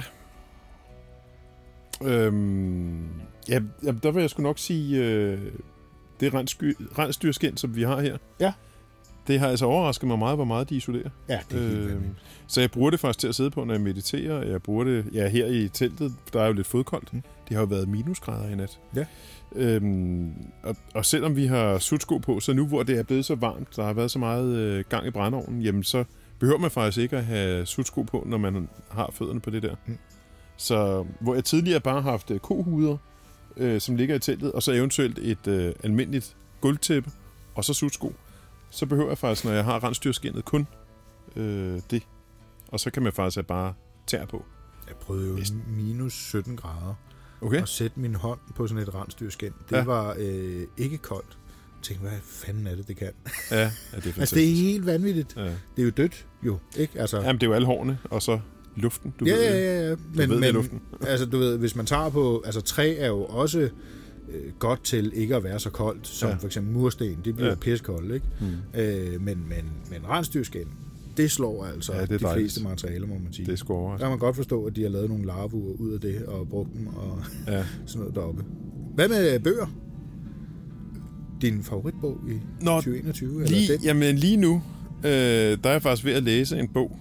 Øhm, ja, der vil jeg sgu nok sige, øh, det rensdyrskind, som vi har her. Ja. Det har altså overrasket mig meget, hvor meget de isolerer. Ja, det er helt øh, Så jeg bruger det faktisk til at sidde på, når jeg mediterer. Jeg bruger det, ja, her i teltet, der er jo lidt fodkoldt. Mm. Det har jo været minusgrader i nat. Ja. Øhm, og, og selvom vi har sutsko på, så nu hvor det er blevet så varmt, der har været så meget øh, gang i brændeovnen, jamen så behøver man faktisk ikke at have sutsko på, når man har fødderne på det der. Mm. Så hvor jeg tidligere bare har haft øh, kohuder, øh, som ligger i teltet, og så eventuelt et øh, almindeligt gulvtæppe, og så sutsko, så behøver jeg faktisk, når jeg har rensdyrskindet, kun øh, det. Og så kan man faktisk have bare tær på. Jeg prøvede jo minus sytten grader. Okay. Og sætte min hånd på sådan et rensdyrskind. Det ja. var øh, ikke koldt. Jeg tænkte, hvad fanden er det, det kan? Ja, ja det er fantastisk. Altså, det er helt vanvittigt. Ja. Det er jo dødt, jo. Ikke? Altså... Jamen, det er jo alle hårene, og så luften. Du ja, ved, ja, ja, ja. Du men, ved, men luften. altså, du ved, hvis man tager på... Altså, træ er jo også øh, godt til ikke at være så koldt, som ja. for eksempel mursten. Det bliver ja. pissekoldt, ikke? Hmm. Øh, men, men, men rensdyrskind, det slår altså ja, det de dejligt. fleste materialer, må man sige. Det skår. Der kan man godt forstå, at de har lavet nogle larvuer ud af det, og brugt dem, og ja. sådan noget deroppe. Hvad med bøger? Din favoritbog i Nå, tyve enogtyve? Lige, eller den? Jamen lige nu, øh, der er jeg faktisk ved at læse en bog.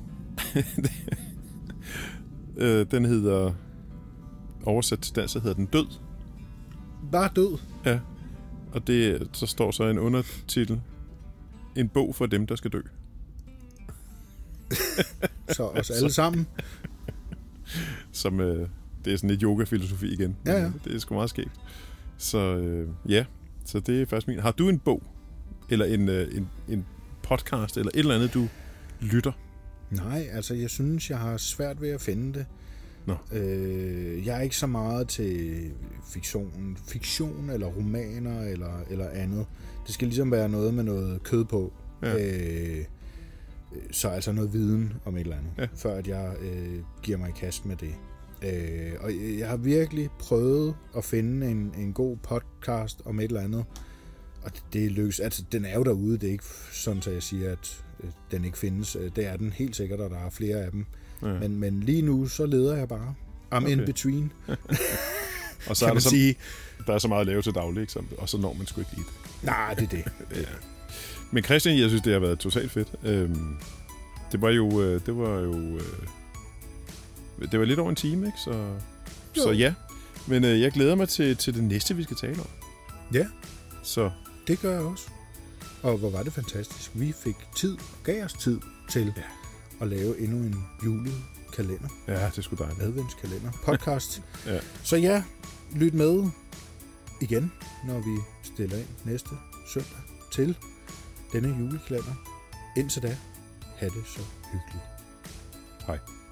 øh, den hedder, oversat til dansk, hedder den Død. Bare Død? Ja, og det, så står så en undertitel. En bog for dem, der skal dø. Så os alle sammen. Som, øh, det er sådan lidt yoga-filosofi igen. Ja, ja. Det er sgu meget skægt. Så øh, ja, så det er faktisk min. Har du en bog, eller en, øh, en, en podcast, eller et eller andet, du lytter? Nej, altså jeg synes, jeg har svært ved at finde det. Nå. Øh, jeg er ikke så meget til fiktion, fiktion eller romaner eller, eller andet. Det skal ligesom være noget med noget kød på. Ja. Øh, så altså noget viden om et eller andet, ja. før at jeg øh, giver mig i kast med det. Øh, og jeg har virkelig prøvet at finde en, en god podcast om et eller andet, og det, det lykkes. Altså, den er jo derude, det er ikke sådan, at jeg siger, at øh, den ikke findes. Det er den helt sikkert, og der er flere af dem. Ja. Men, men lige nu, så leder jeg bare. I'm okay. in between. Og så er der, så, sige. der er så meget at lave til daglig, ikke? Og så når man sgu ikke lide det. Nej, det er det. Ja. Men Christian, jeg synes, det har været totalt fedt. Øhm, det var jo... Øh, det var jo... Øh, det var lidt over en time, ikke? Så, så ja. Men øh, jeg glæder mig til, til det næste, vi skal tale om. Ja. Så. Det gør jeg også. Og hvor var det fantastisk. Vi fik tid, gav os tid til ja. at lave endnu en julekalender. Ja, det er sgu dejligt. Adventskalender. Podcast. Ja. Så ja, lyt med igen, når vi stiller ind næste søndag til denne julekalender. Indtil da, have det så hyggeligt. Hej.